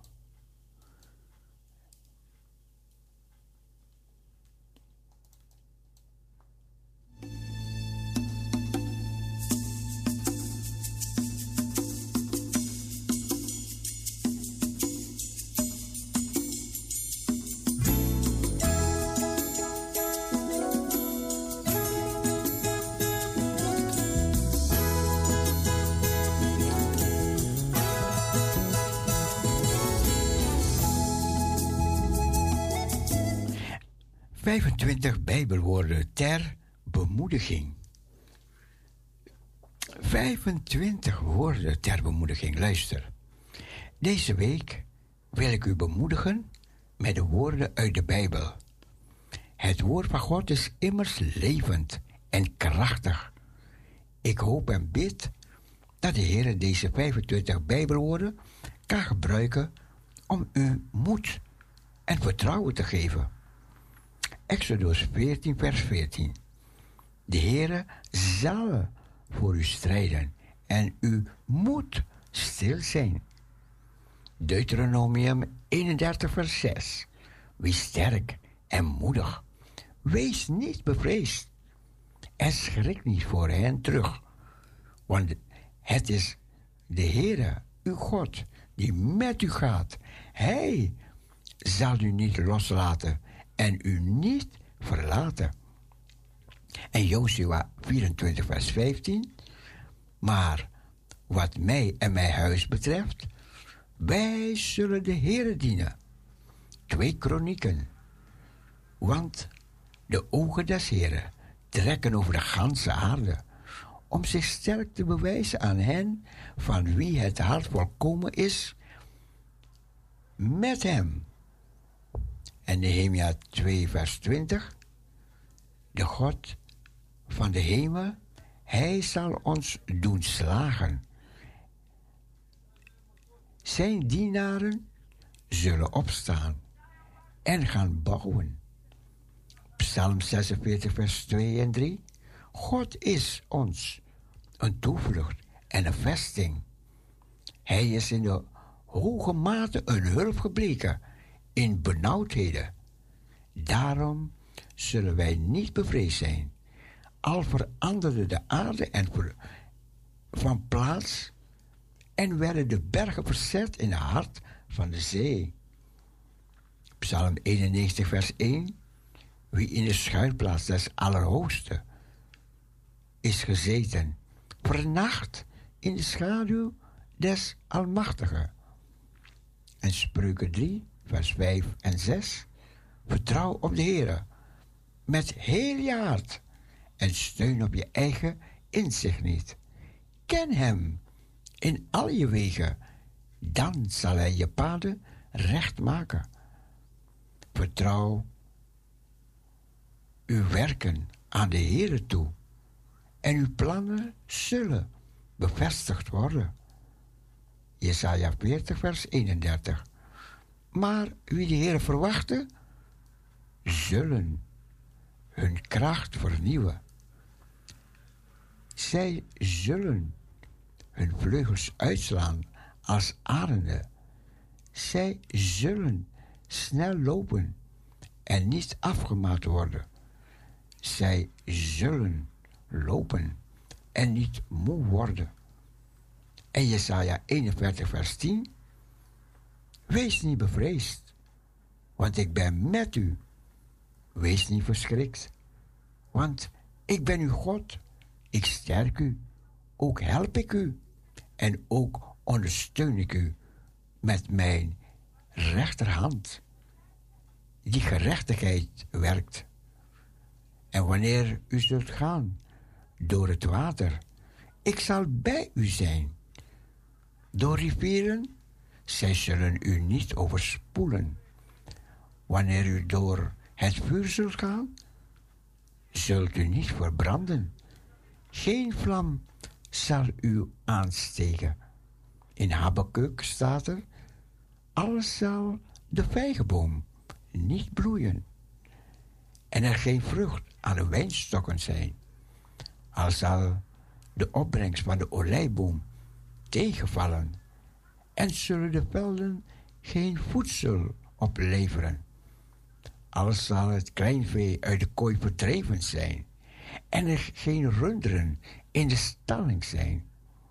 vijfentwintig Bijbelwoorden ter bemoediging. vijfentwintig woorden ter bemoediging. Luister. Deze week wil ik u bemoedigen met de woorden uit de Bijbel. Het woord van God is immers levend en krachtig. Ik hoop en bid dat de Heer deze vijfentwintig Bijbelwoorden kan gebruiken om u moed en vertrouwen te geven. Exodus veertien, vers veertien. De Heere zal voor u strijden en u moet stil zijn. Deuteronomium eenendertig, vers zes. Wees sterk en moedig. Wees niet bevreesd. En schrik niet voor hen terug. Want het is de Heere, uw God, die met u gaat. Hij zal u niet loslaten en u niet verlaten. En Josua vierentwintig, vers vijftien. Maar wat mij en mijn huis betreft, wij zullen de Heere dienen. Twee Kronieken. Want de ogen des Heeren trekken over de ganse aarde, om zich sterk te bewijzen aan hen van wie het hart volkomen is met hem. En Nehemia twee, vers twintig. De God van de hemel, hij zal ons doen slagen. Zijn dienaren zullen opstaan en gaan bouwen. Psalm zesenveertig, vers twee en drie. God is ons een toevlucht en een vesting. Hij is in de hoge mate een hulp gebleken in benauwdheden. Daarom zullen wij niet bevreesd zijn. Al veranderde de aarde en ver, van plaats en werden de bergen verzet in het hart van de zee. Psalm eenennegentig, vers één. Wie in de schuilplaats des Allerhoogste is gezeten, vernacht in de schaduw des Almachtigen. En Spreuken drie, vers vijf en zes. Vertrouw op de Heere met heel je hart en steun op je eigen inzicht niet. Ken hem in al je wegen, dan zal hij je paden recht maken. Vertrouw uw werken aan de Heere toe en uw plannen zullen bevestigd worden. Jesaja veertig, vers eenendertig. Maar wie de Heere verwachten, zullen hun kracht vernieuwen. Zij zullen hun vleugels uitslaan als arenden. Zij zullen snel lopen en niet afgemaakt worden. Zij zullen lopen en niet moe worden. En Jesaja eenenveertig, vers tien. Wees niet bevreesd, want ik ben met u. Wees niet verschrikt, want ik ben uw God. Ik sterk u, ook help ik u en ook ondersteun ik u met mijn rechterhand, die gerechtigheid werkt. En wanneer u zult gaan door het water, ik zal bij u zijn. Door rivieren, zij zullen u niet overspoelen. Wanneer u door het vuur zult gaan, zult u niet verbranden. Geen vlam zal u aansteken. In Habakuk staat er, alles zal de vijgenboom niet bloeien en er geen vrucht aan de wijnstokken zijn. Al zal de opbrengst van de olijfboom tegenvallen en zullen de velden geen voedsel opleveren. Al zal het kleinvee uit de kooi verdreven zijn en er geen runderen in de stalling zijn.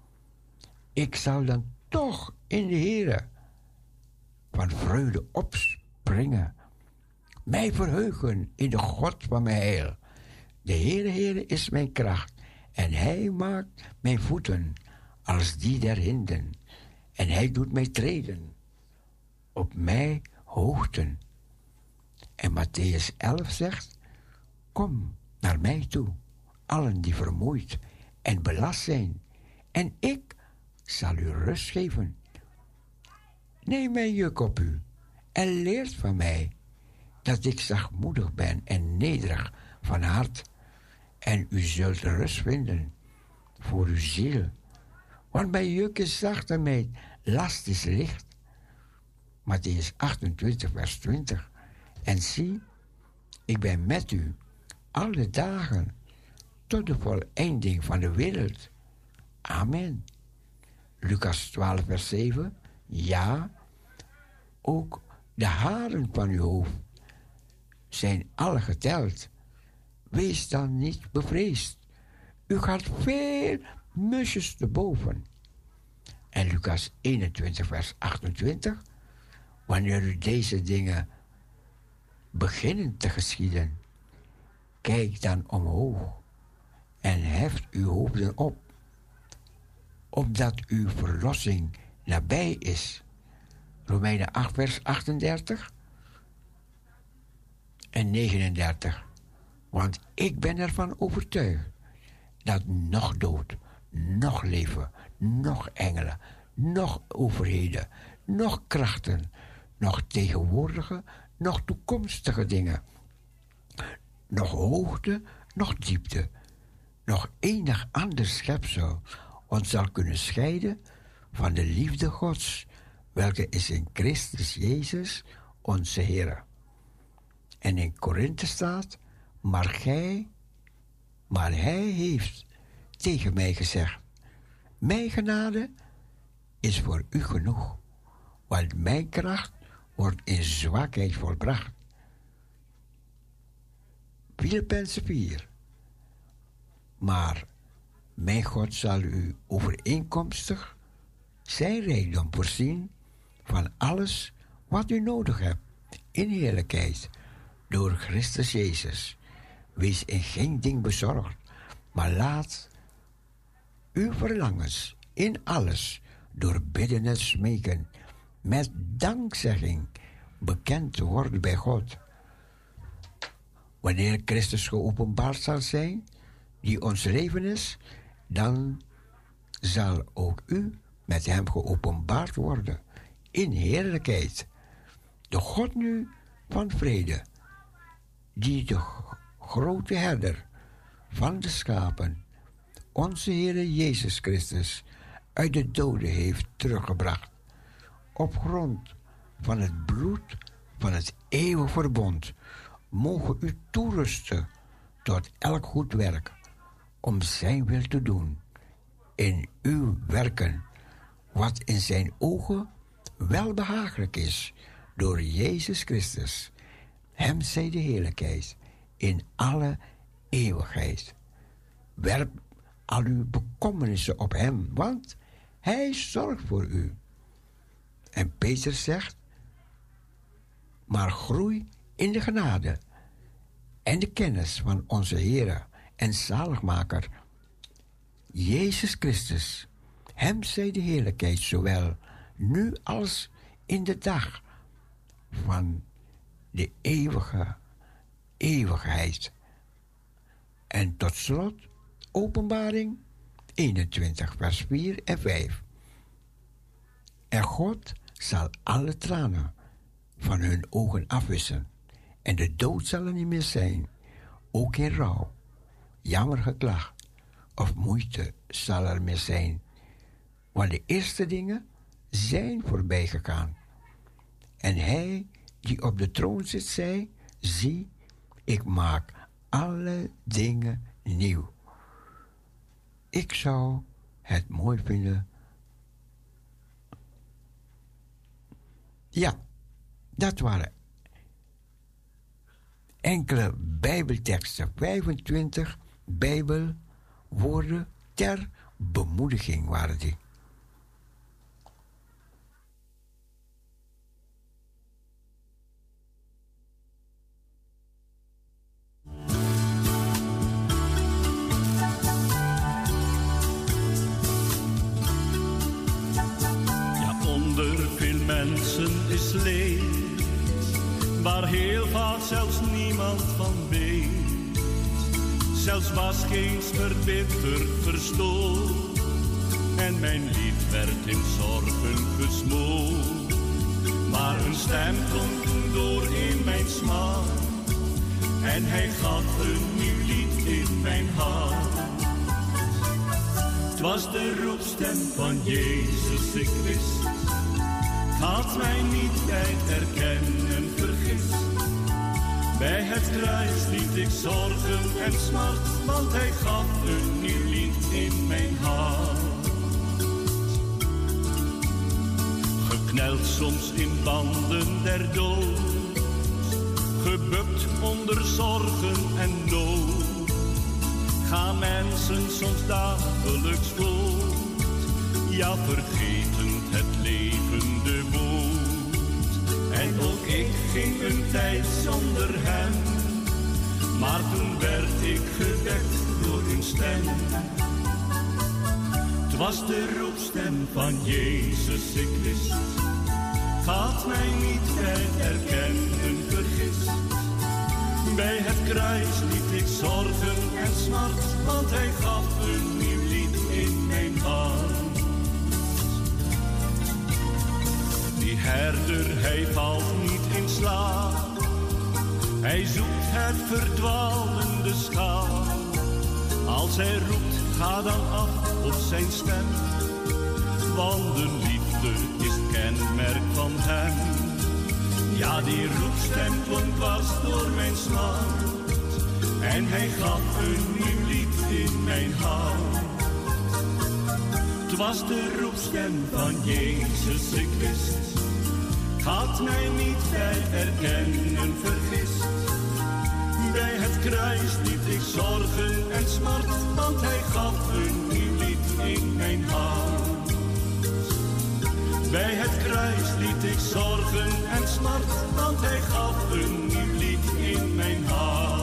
Ik zal dan toch in de Heere van vreugde opspringen, mij verheugen in de God van mijn heil. De Heere, Heere is mijn kracht en hij maakt mijn voeten als die der hinden en hij doet mij treden op mij hoogten. En Mattheüs elf zegt, kom naar mij toe, allen die vermoeid en belast zijn, en ik zal u rust geven. Neem mijn juk op u en leert van mij, dat ik zachtmoedig ben en nederig van hart, en u zult rust vinden voor uw ziel. Want mijn juk is zacht en mijn last is licht. Mattheüs achtentwintig, vers twintig. En zie, ik ben met u alle dagen tot de voleinding van de wereld. Amen. Lucas twaalf, vers zeven. Ja, ook de haren van uw hoofd zijn alle geteld. Wees dan niet bevreesd. U gaat veel musjes te boven. En Lucas eenentwintig, vers achtentwintig. Wanneer u deze dingen beginnen te geschieden, kijk dan omhoog en heft uw hoofden op, opdat uw verlossing nabij is. Romeinen acht, vers achtendertig en negenendertig. Want ik ben ervan overtuigd dat nog dood, nog leven, nog engelen, nog overheden, nog krachten, nog tegenwoordige, nog toekomstige dingen, nog hoogte, nog diepte, nog enig ander schepsel ons zal kunnen scheiden van de liefde Gods, welke is in Christus Jezus, onze Heer. En in Korinthe staat, maar gij, maar hij heeft tegen mij gezegd, mijn genade is voor u genoeg, want mijn kracht wordt in zwakheid volbracht. Filippenzen vier. Maar mijn God zal u overeenkomstig zijn rijkdom voorzien van alles wat u nodig hebt in heerlijkheid door Christus Jezus. Wees in geen ding bezorgd, maar laat uw verlangens in alles door bidden en smeken met dankzegging bekend worden bij God. Wanneer Christus geopenbaard zal zijn, die ons leven is, dan zal ook u met hem geopenbaard worden in heerlijkheid. De God nu van vrede, die de grote herder van de schapen, onze Heere Jezus Christus, uit de doden heeft teruggebracht, op grond van het bloed van het eeuwige verbond, mogen u toerusten tot elk goed werk, om zijn wil te doen in uw werken, wat in zijn ogen welbehagelijk is, door Jezus Christus. Hem zij de heerlijkheid in alle eeuwigheid. Werp al uw bekommernissen op hem, want hij zorgt voor u. En Peter zegt, maar groei in de genade en de kennis van onze Heere en zaligmaker, Jezus Christus. Hem zij de heerlijkheid, zowel nu als in de dag van de eeuwige eeuwigheid. En tot slot, Openbaring eenentwintig, vers vier en vijf. En God zal alle tranen van hun ogen afwissen, en de dood zal er niet meer zijn, ook geen rouw, jammer geklacht of moeite zal er meer zijn, want de eerste dingen zijn voorbij gegaan. En hij die op de troon zit, zei, zie, ik maak alle dingen nieuw. Ik zou het mooi vinden. Ja, dat waren enkele Bijbelteksten, vijfentwintig Bijbelwoorden ter bemoediging waren die. Mensen is leed, waar heel vaak zelfs niemand van weet. Zelfs was geen verbitterd verstoord, en mijn lied werd in zorgen gesmoord. Maar een stem klonk door in mijn smaak, en hij gaf een nieuw lied in mijn hart. Het was de roepstem van Jezus, ik wist. Had mij niet bij het herkennen vergist. Bij het kruis liet ik zorgen en smart, want hij gaf een nieuw lied in mijn hart. Gekneld soms in banden der dood, gebukt onder zorgen en nood, gaan mensen soms dagelijks voort, ja vergetend het levende woord. En ook ik ging een tijd zonder hem, maar toen werd ik gewekt door een stem. Het was de roepstem van Jezus, ik wist. Had mij niet bij het herkennen vergist. Bij het kruis liet ik zorgen en smart, want hij gaf een nieuw lied in mijn hart. Die herder, hij valt niet in slaap. Hij zoekt het verdwalende schaap. Als hij roept, ga dan af op zijn stem. Want de liefde is het kenmerk van hem. Ja, die roepstem klonk was door mijn smart. En hij gaf een nieuw lied in mijn hart. Het was de roepstem van Jezus de Christ. Gaat mij niet bij erkennen vergist. Bij het kruis liet ik zorgen en smart, want hij gaf een nieuw lied in mijn hart. Bij het kruis liet ik zorgen en smart, want hij gaf een nieuw lied in mijn hart.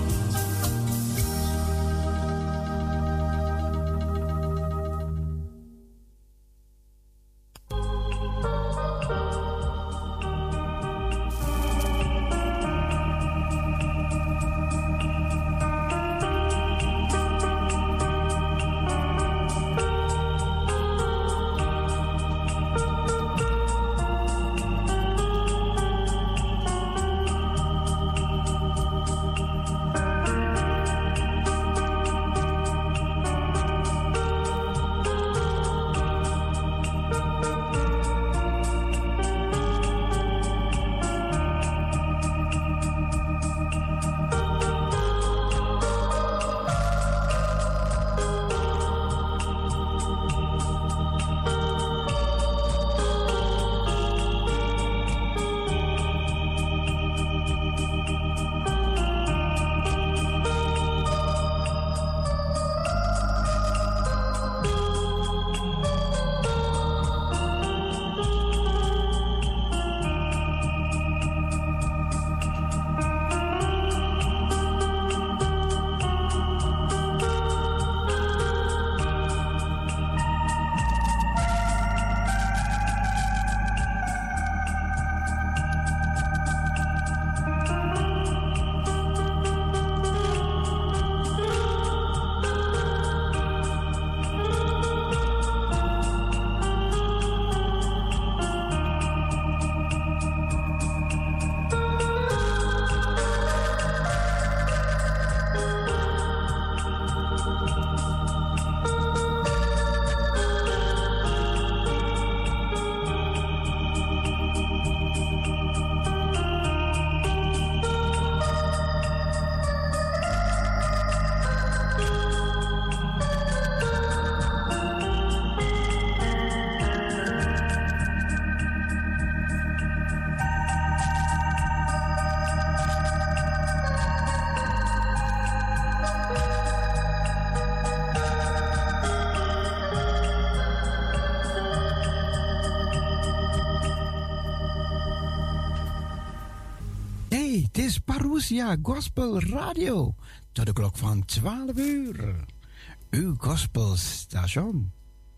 Het is Parousia Gospel Radio. Tot de klok van twaalf uur. Uw gospelstation.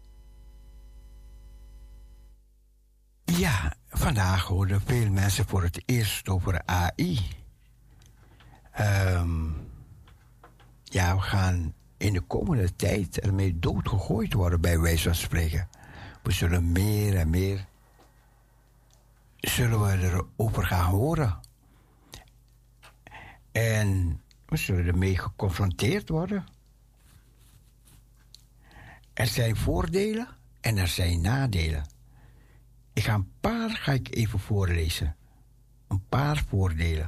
Ja, vandaag horen veel mensen voor het eerst over A I. Um, ja, we gaan in de komende tijd ermee doodgegooid worden, bij wijze van spreken. We zullen meer en meer zullen we erover gaan horen. En we zullen ermee geconfronteerd worden. Er zijn voordelen en er zijn nadelen. Ik ga een paar ga ik even voorlezen. Een paar voordelen.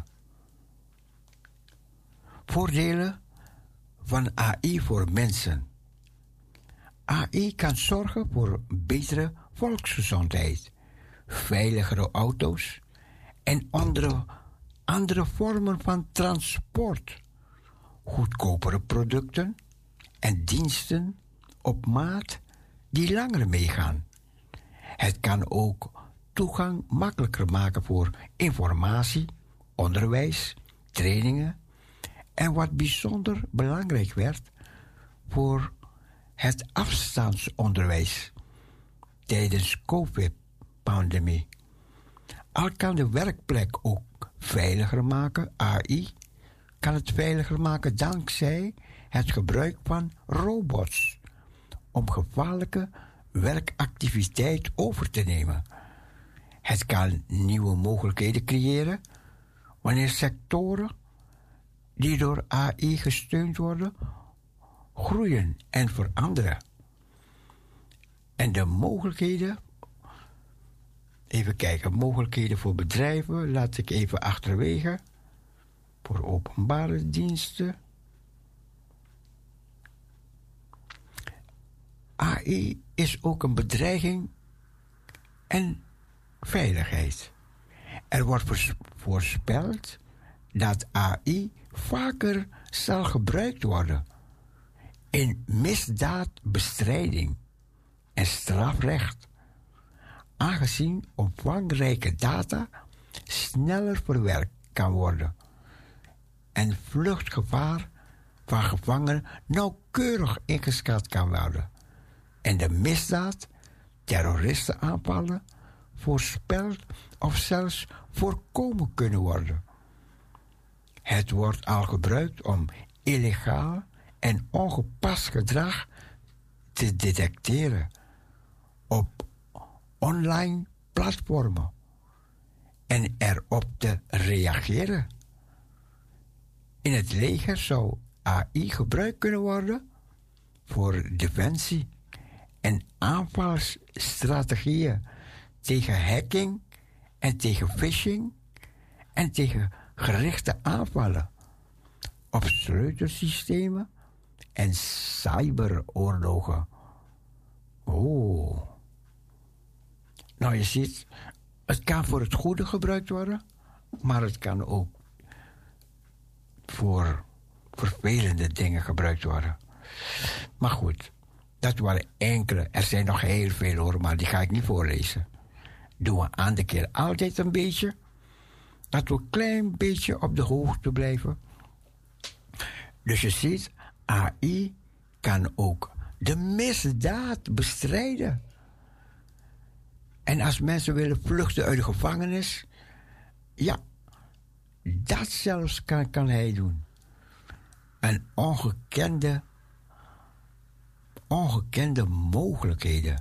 Voordelen van A I voor mensen. A I kan zorgen voor betere volksgezondheid, veiligere auto's en andere, andere vormen van transport, goedkopere producten en diensten op maat die langer meegaan. Het kan ook toegang makkelijker maken voor informatie, onderwijs, trainingen en wat bijzonder belangrijk werd voor het afstandsonderwijs tijdens COVID-pandemie. Al kan de werkplek ook veiliger maken, A I kan het veiliger maken dankzij het gebruik van robots om gevaarlijke werkactiviteit over te nemen. Het kan nieuwe mogelijkheden creëren wanneer sectoren die door A I gesteund worden, groeien en veranderen. En de mogelijkheden, even kijken, mogelijkheden voor bedrijven, laat ik even achterwege. Voor openbare diensten. A I is ook een bedreiging en veiligheid. Er wordt voors- voorspeld dat A I vaker zal gebruikt worden in misdaadbestrijding en strafrecht, aangezien omvangrijke data sneller verwerkt kan worden en vluchtgevaar van gevangenen nauwkeurig ingeschat kan worden en de misdaad, terroristenaanvallen, voorspeld of zelfs voorkomen kunnen worden. Het wordt al gebruikt om illegaal en ongepast gedrag te detecteren op online platformen en erop te reageren. In het leger zou A I gebruikt kunnen worden voor defensie en aanvalsstrategieën tegen hacking en tegen phishing en tegen gerichte aanvallen op sleutelsystemen en cyberoorlogen. Oh. Nou, je ziet, het kan voor het goede gebruikt worden, maar het kan ook voor vervelende dingen gebruikt worden. Maar goed, dat waren enkele. Er zijn nog heel veel hoor, maar die ga ik niet voorlezen. Doen we aan de keer altijd een beetje. Dat we een klein beetje op de hoogte blijven. Dus je ziet, A I kan ook de misdaad bestrijden. En als mensen willen vluchten uit de gevangenis, ja, dat zelfs kan, kan hij doen. En ongekende, ongekende mogelijkheden.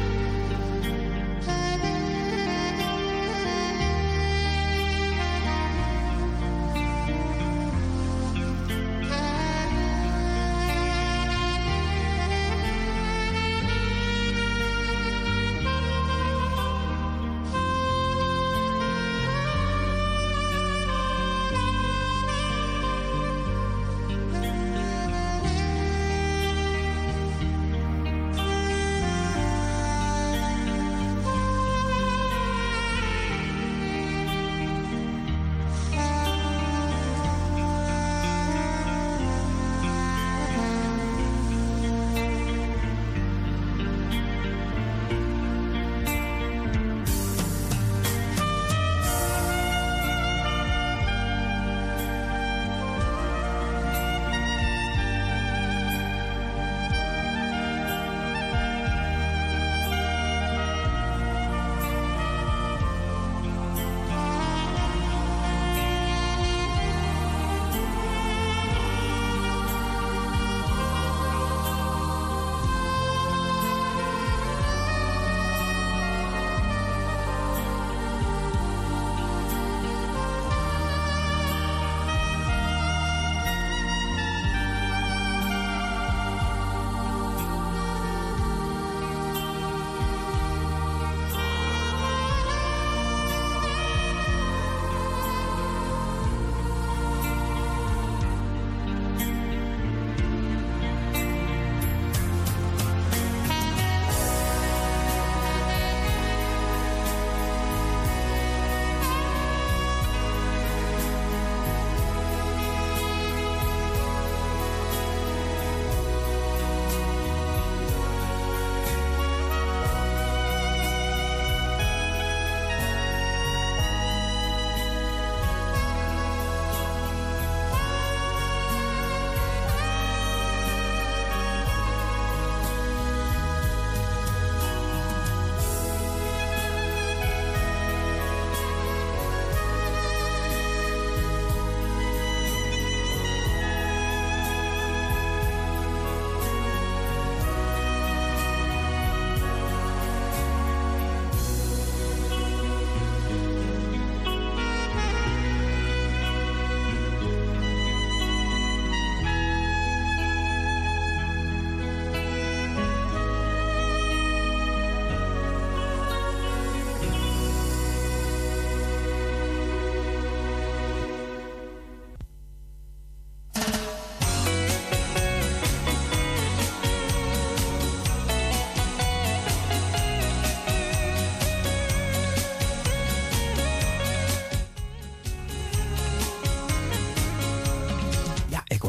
Thank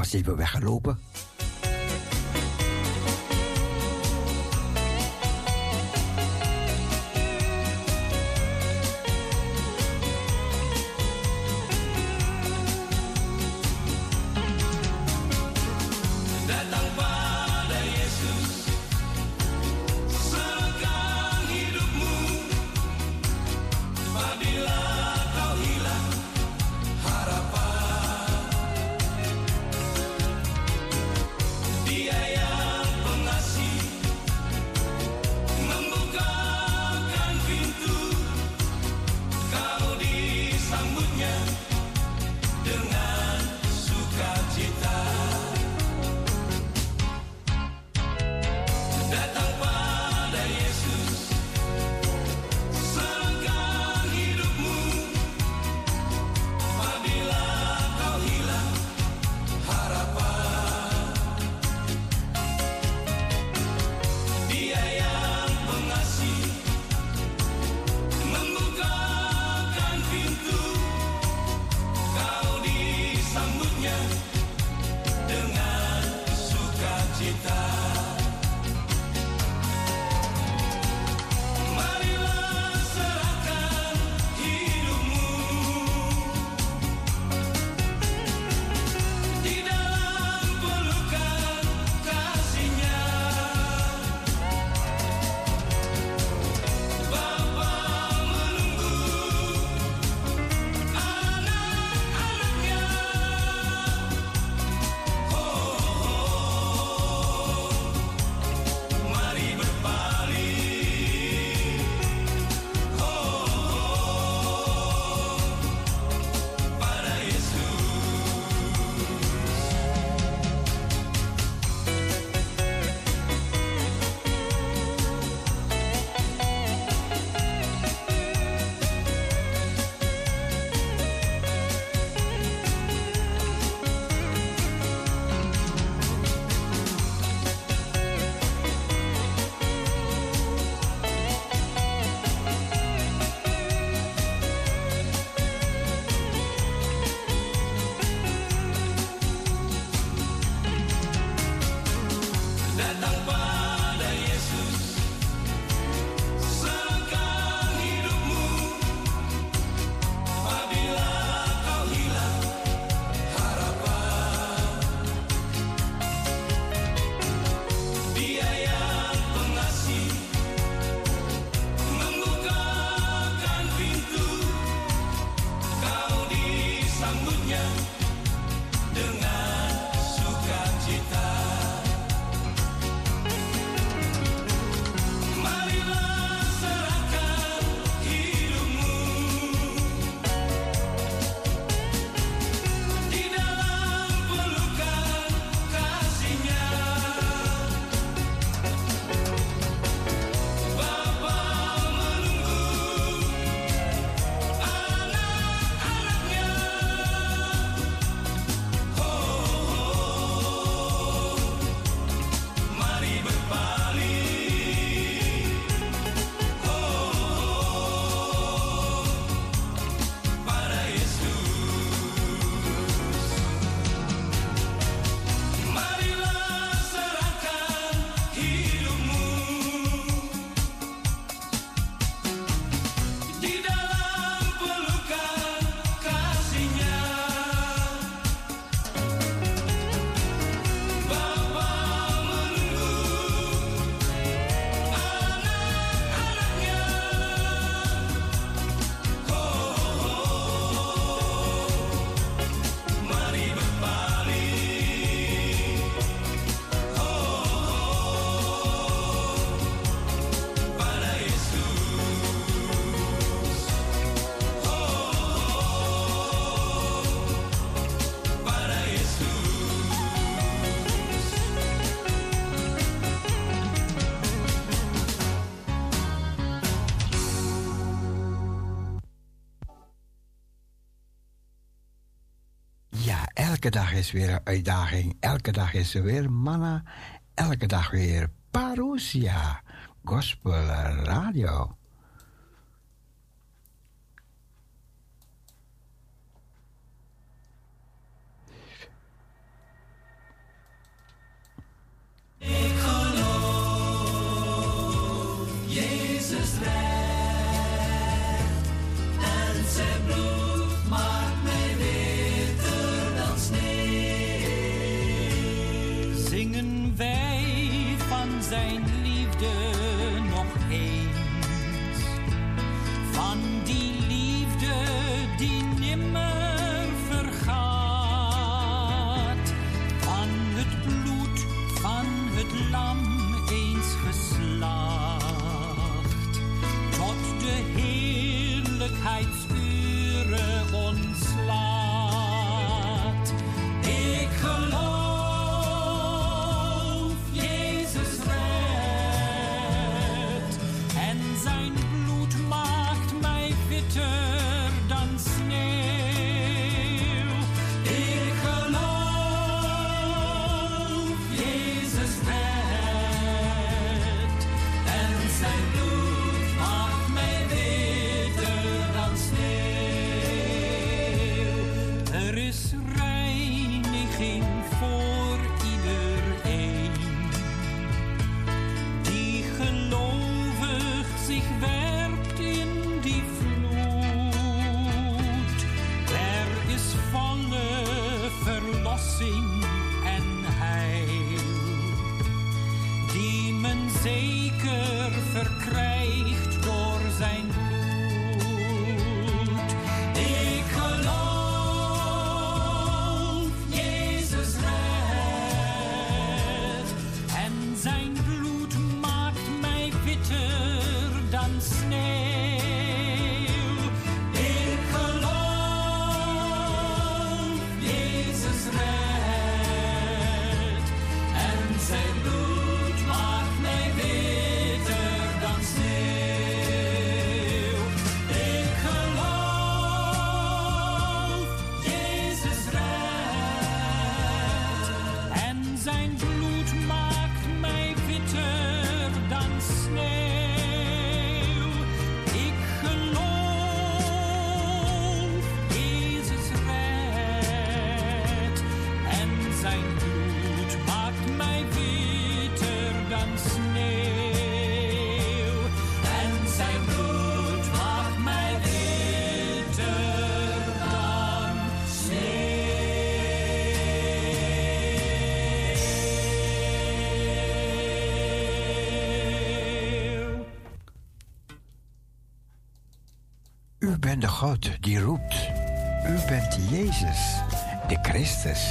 was even weggelopen. Elke dag is weer een uitdaging. Elke dag is er weer manna. Elke dag weer parousia. Gospel Radio. zingen wij van zijn liefde nog eens. Van die liefde die nimmer vergaat. Van het bloed van het lam eens geslacht. Tot de heerlijkheidsuren ons laat. Ik geloof, Jezus redt. En zijn bloed maakt mij witter dan sneeuw. Ik geloof, Jezus redt. En zijn bloed maakt mij witter dan sneeuw. Er is reiniging voor iedereen die gelovig zich werpt in die vloed. Er is volle verlossing en heil, die men zeker verkrijgt door zijn bloed. Ik geloof, Jezus redt. En zijn bloed maakt mij witter dan sneeuw. Ik geloof, Jezus redt. En zijn bloed maakt mij witter dan sneeuw. Ik geloof, Jezus redt. En zijn bloed maakt mij witter dan sneeuw. Ik geloof, Jezus redt. En zijn bloed maakt mij witter dan sneeuw. En zijn bloed maakt mij witter dan sneeuw. U bent de God die roept. U bent Jezus, de Christus.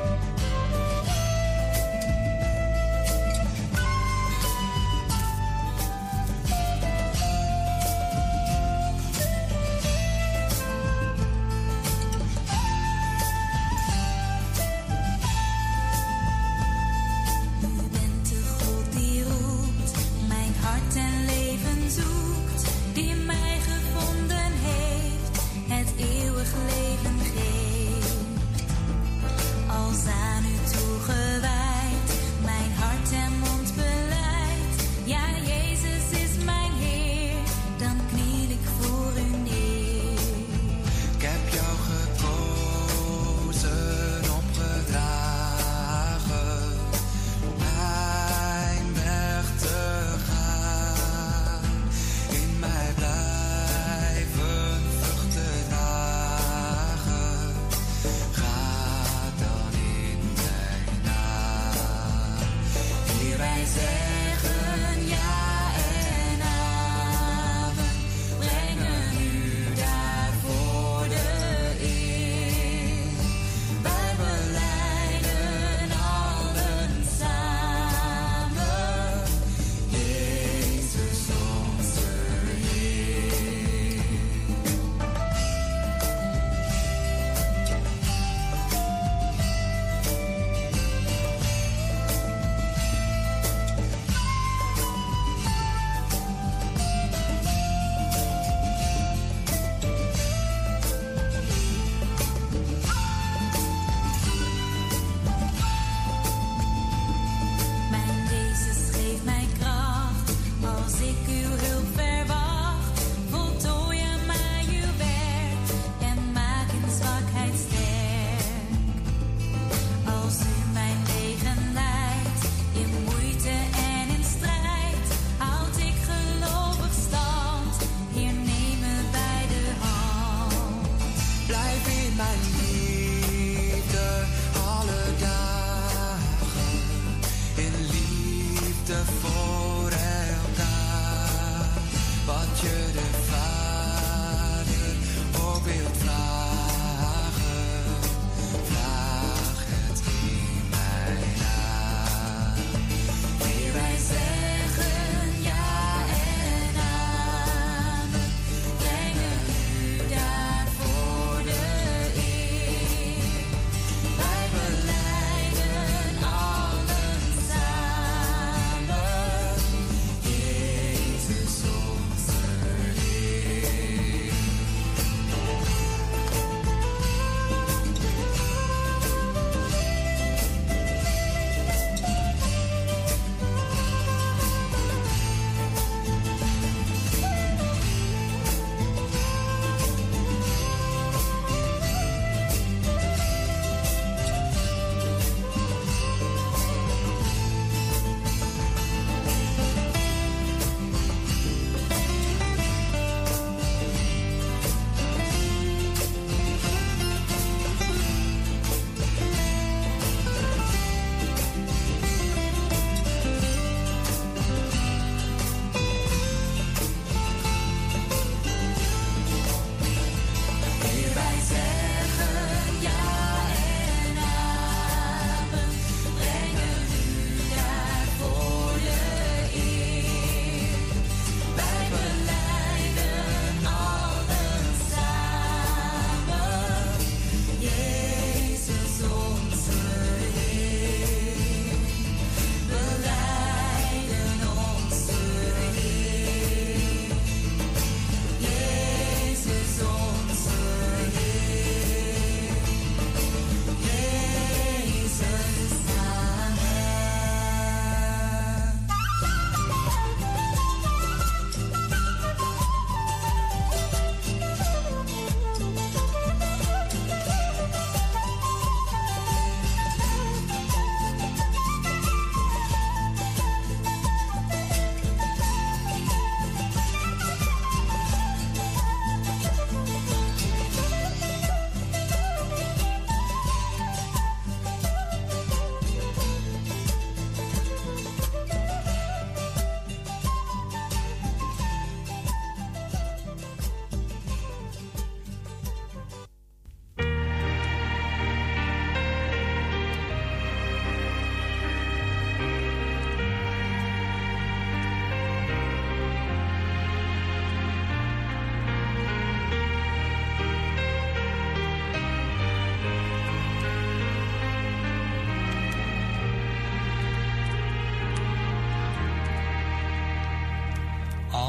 U bent de God die roept, mijn hart en leven zoekt, die mij gevonden heeft, het eeuwig leven geeft.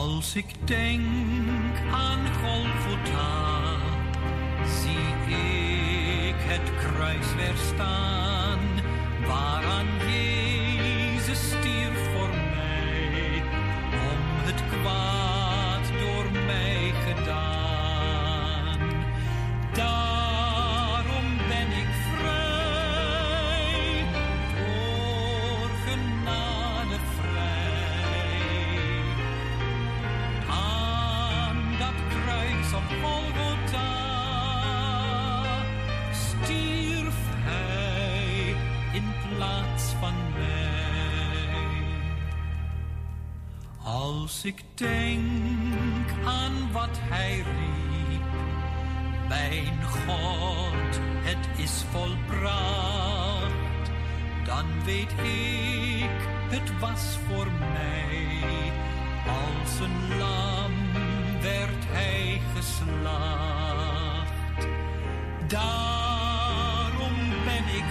Als ik denk aan Golgotha, zie ik het kruis weer staan, waaraan Jezus stierf voor mij, om het kwaad door mij gedaan. Daarom ben ik vrij, door genade vrij. Aan dat kruis op Golgotha stierf hij in plaats van mij. Als ik denk aan wat hij riep, mijn God, het is volbracht, dan weet ik, het was voor mij. Als een lam werd hij geslacht. Daarom ben ik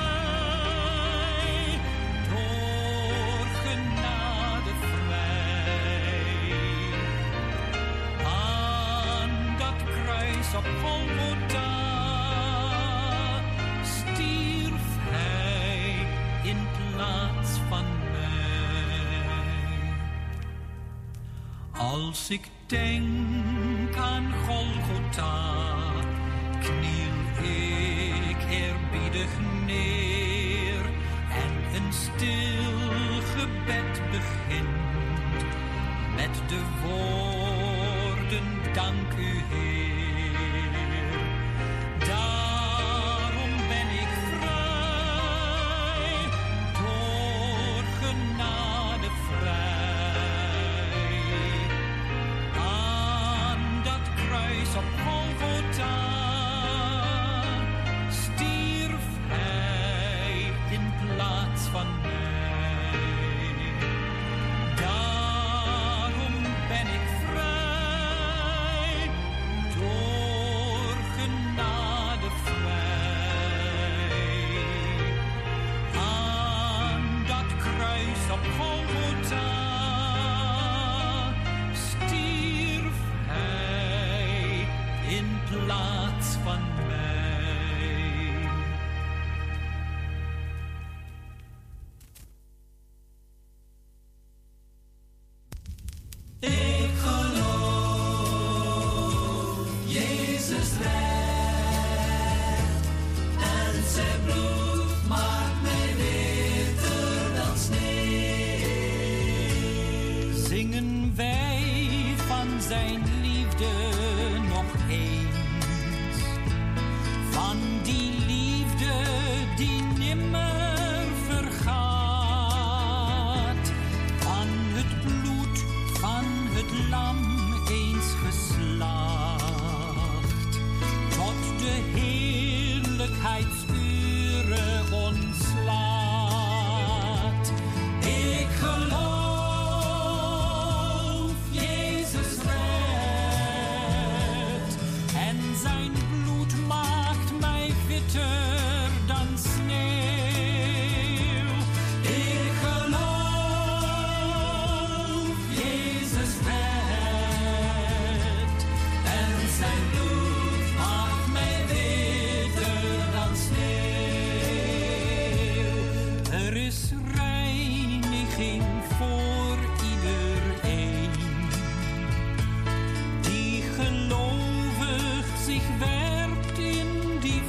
vrij, door genade vrij. Aan dat kruis op Golgotha stierf hij in plaats van mij. Als ik denk aan Golgotha, kniel ik eerbiedig neer en een stil gebed begint met de woorden dank u Heer. Daarom ben ik vrij, door genade vrij. Aan dat kruis op Golgotha stierf hij in plaats van mij. Daarom ben ik vrij, door genade vrij. Aan dat kruis op Golgotha stierf hij in plaats van mij. Ik geloof, Jezus redt, en zijn bloed maakt mij witter dan sneeuw. Zingen wij van zijn liefde nog eens, van die liefde die nimmer vergaat, van het bloed van het lam eens geslacht, tot de heerlijkheidsuren ontslaat. Ik geloof, Jezus redt, en zijn bloed maakt mij witter dan sneeuw. Ik geloof, Jezus redt, en zijn bloed maakt mij witter dan sneeuw. Er is reiniging voor iedereen die gelovig zich werpt in die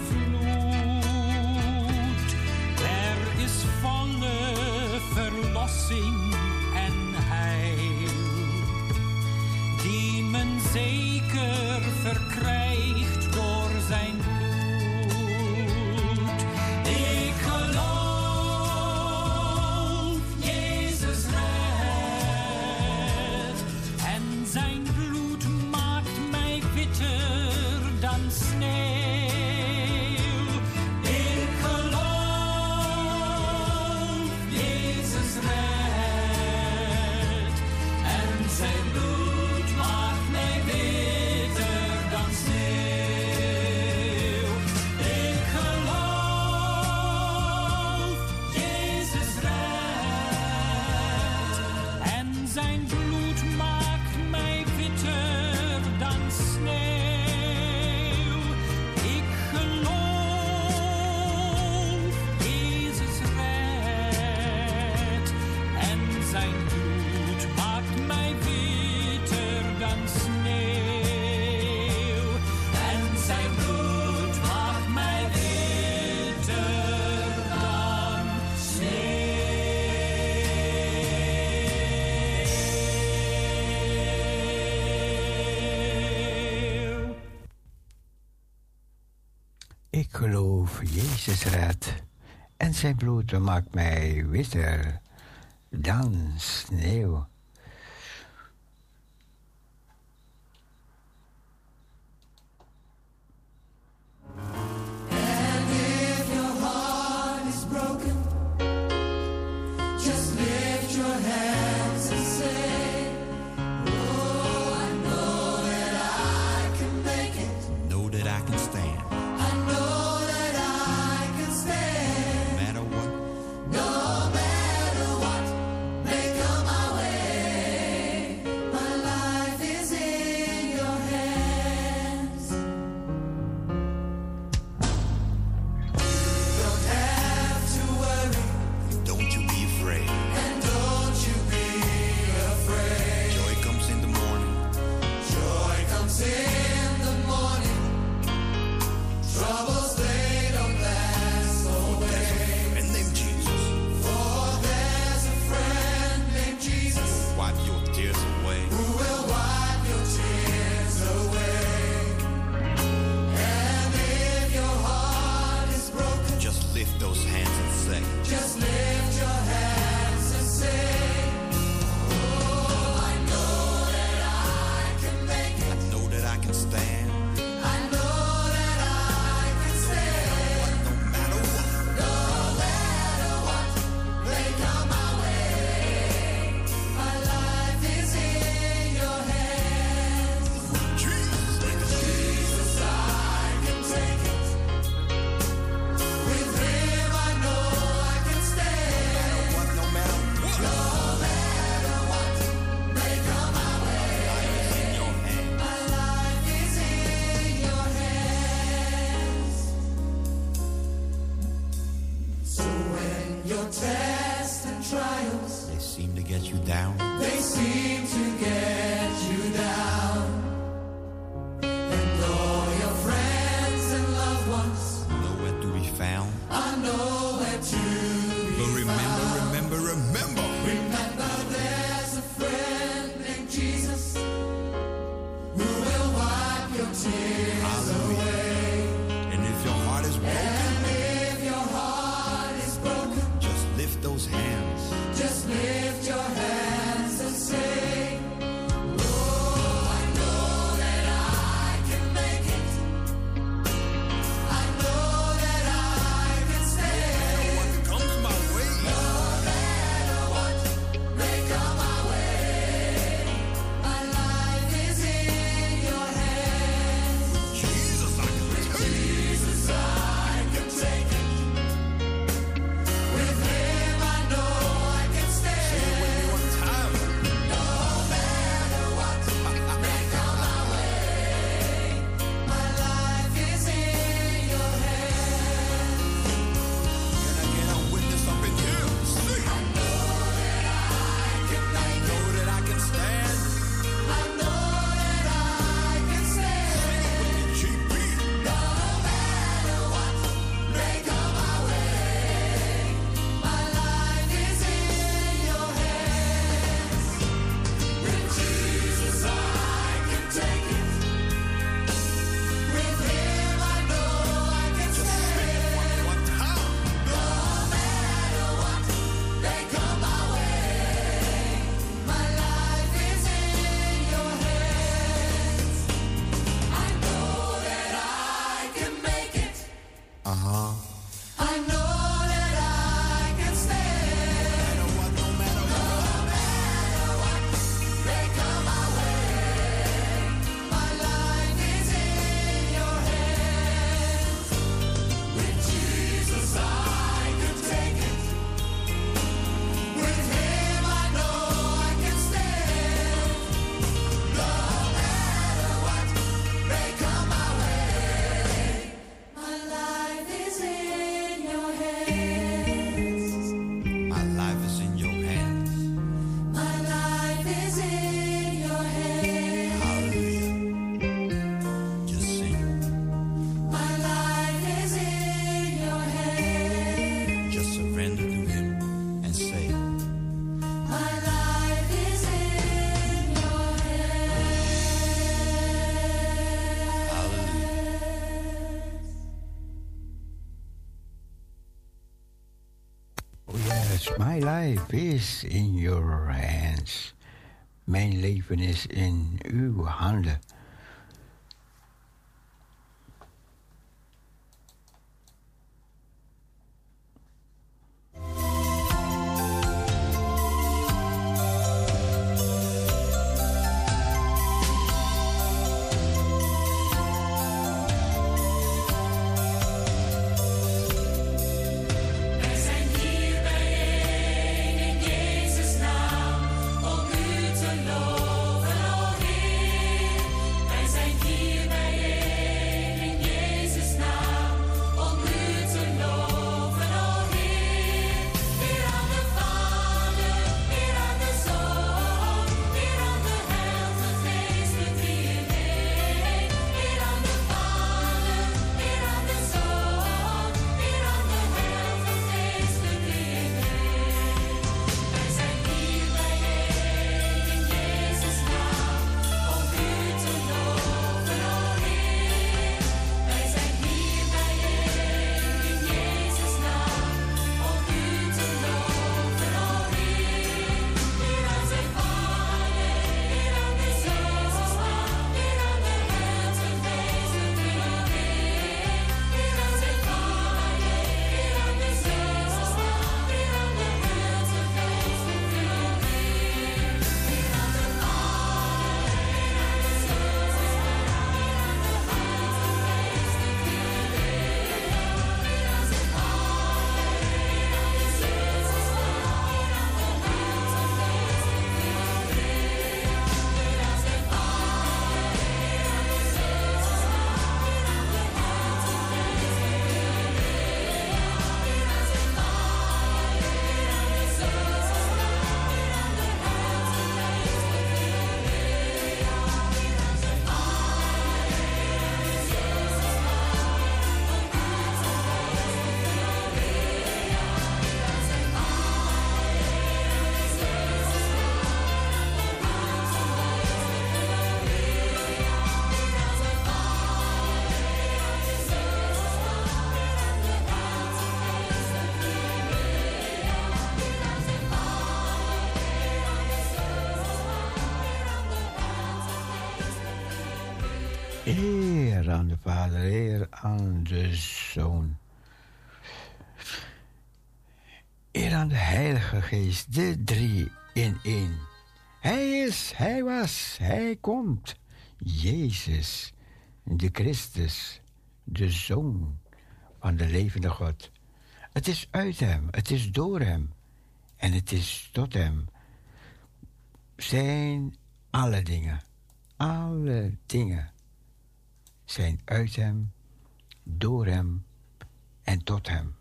vloed. Er is volle verlossing en heil, die men zeker verkrijgt door zijn bloed. Ik geloof, Jezus redt, Ik geloof Jezus redt en zijn bloed maakt mij witter dan sneeuw. And if your heart is broken, just lift your hands and say, oh, I know that I can make it. Know that I can stand. I know that I can stand. No matter what. No matter what may come my way, my life is in your hands. Don't have to worry, Don't you be afraid. and don't you be afraid. Joy comes in the morning. Joy comes in the morning. Troubles, they don't last away. And name Jesus. For there's a friend named Jesus Wipe your tears away. who will wipe your tears away. And if your heart is broken, Just lift those hands and say, just lift your hands and say, oh, I know that I can make I it. know that I can stand. I know that I can stand. No matter what. No matter what may come my way, my life is in your hands. Jesus. Jesus, I can take it. With Him, I know I can stand. What? No matter what. No matter what may come my way, In your hand. my life is in your hands. So when your tests and trials, They seem to get you down. they seem to get you down, and all your friends and loved ones Nowhere to be found. are nowhere to be But remember, found. remember, remember. Remember, there's a friend named Jesus who will wipe your tears away. And if your heart is broken, And if your heart is broken, just lift those hands. just lift your hands and say, oh, I know that I can make it. I know that I can stand. What comes my way? No matter what may come my way, my life is in your hands. Jesus, I can take it. Jesus, I can take it. With Him, I know Yes, my life is in your hands. Mijn leven is in uw handen. Eer aan de Vader, eer aan de Zoon. Eer aan de Heilige Geest, de drie in één. Hij is, hij was, hij komt. Jezus, de Christus, de Zoon van de levende God. Het is uit hem, het is door hem en het is tot hem. Zijn alle dingen, alle dingen zijn uit hem, door hem en tot hem.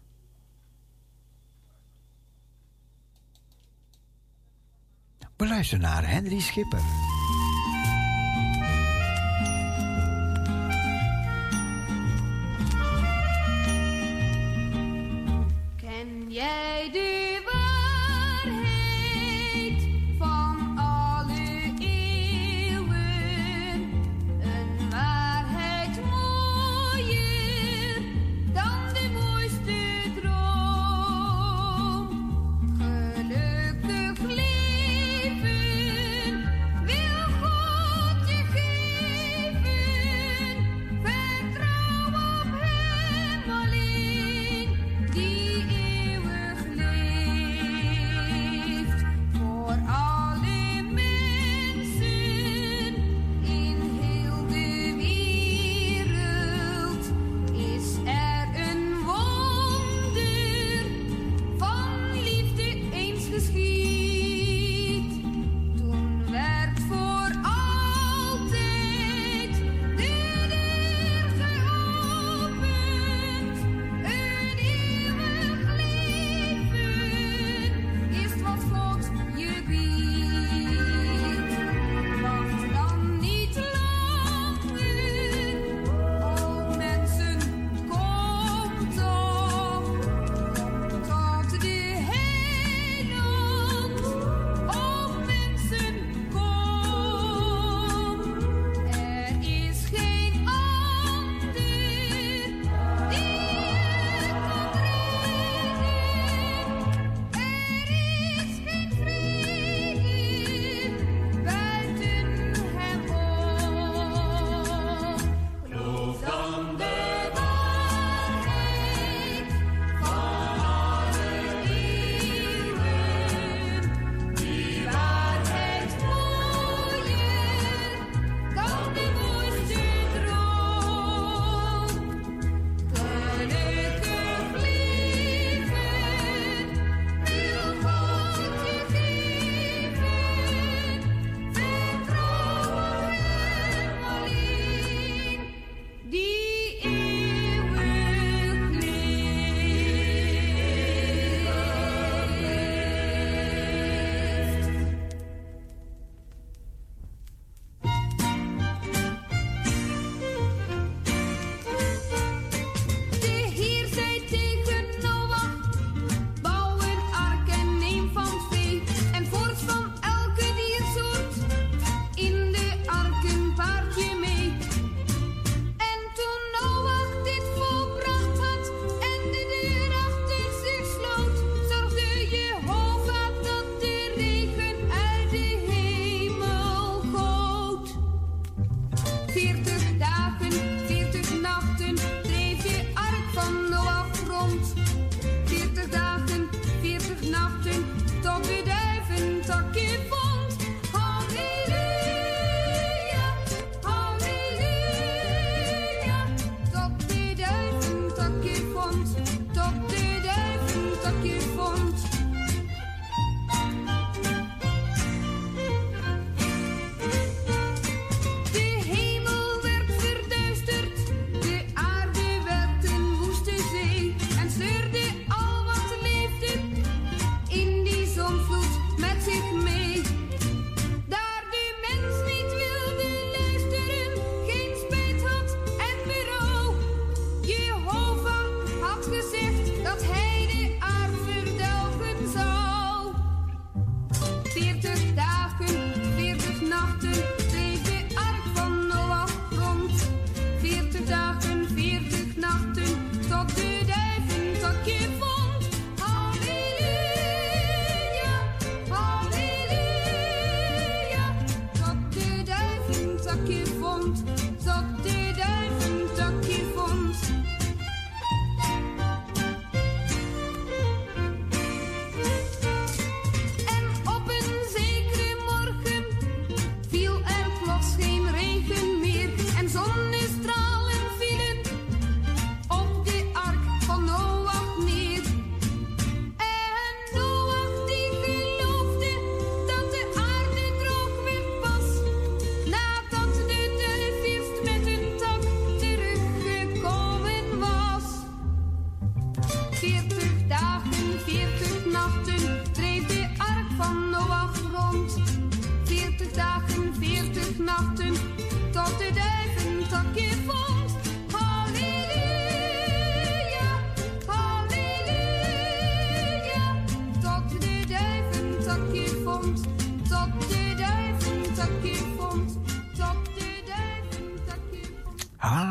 We luisteren naar Henry Schipper. Ken jij de waarheid van alle eeuwen? Een waarheid mooier dan de mooiste droom. Gelukkig leven wil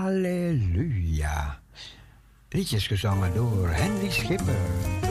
Halleluja. Liedjes gezongen door Henry Schipper.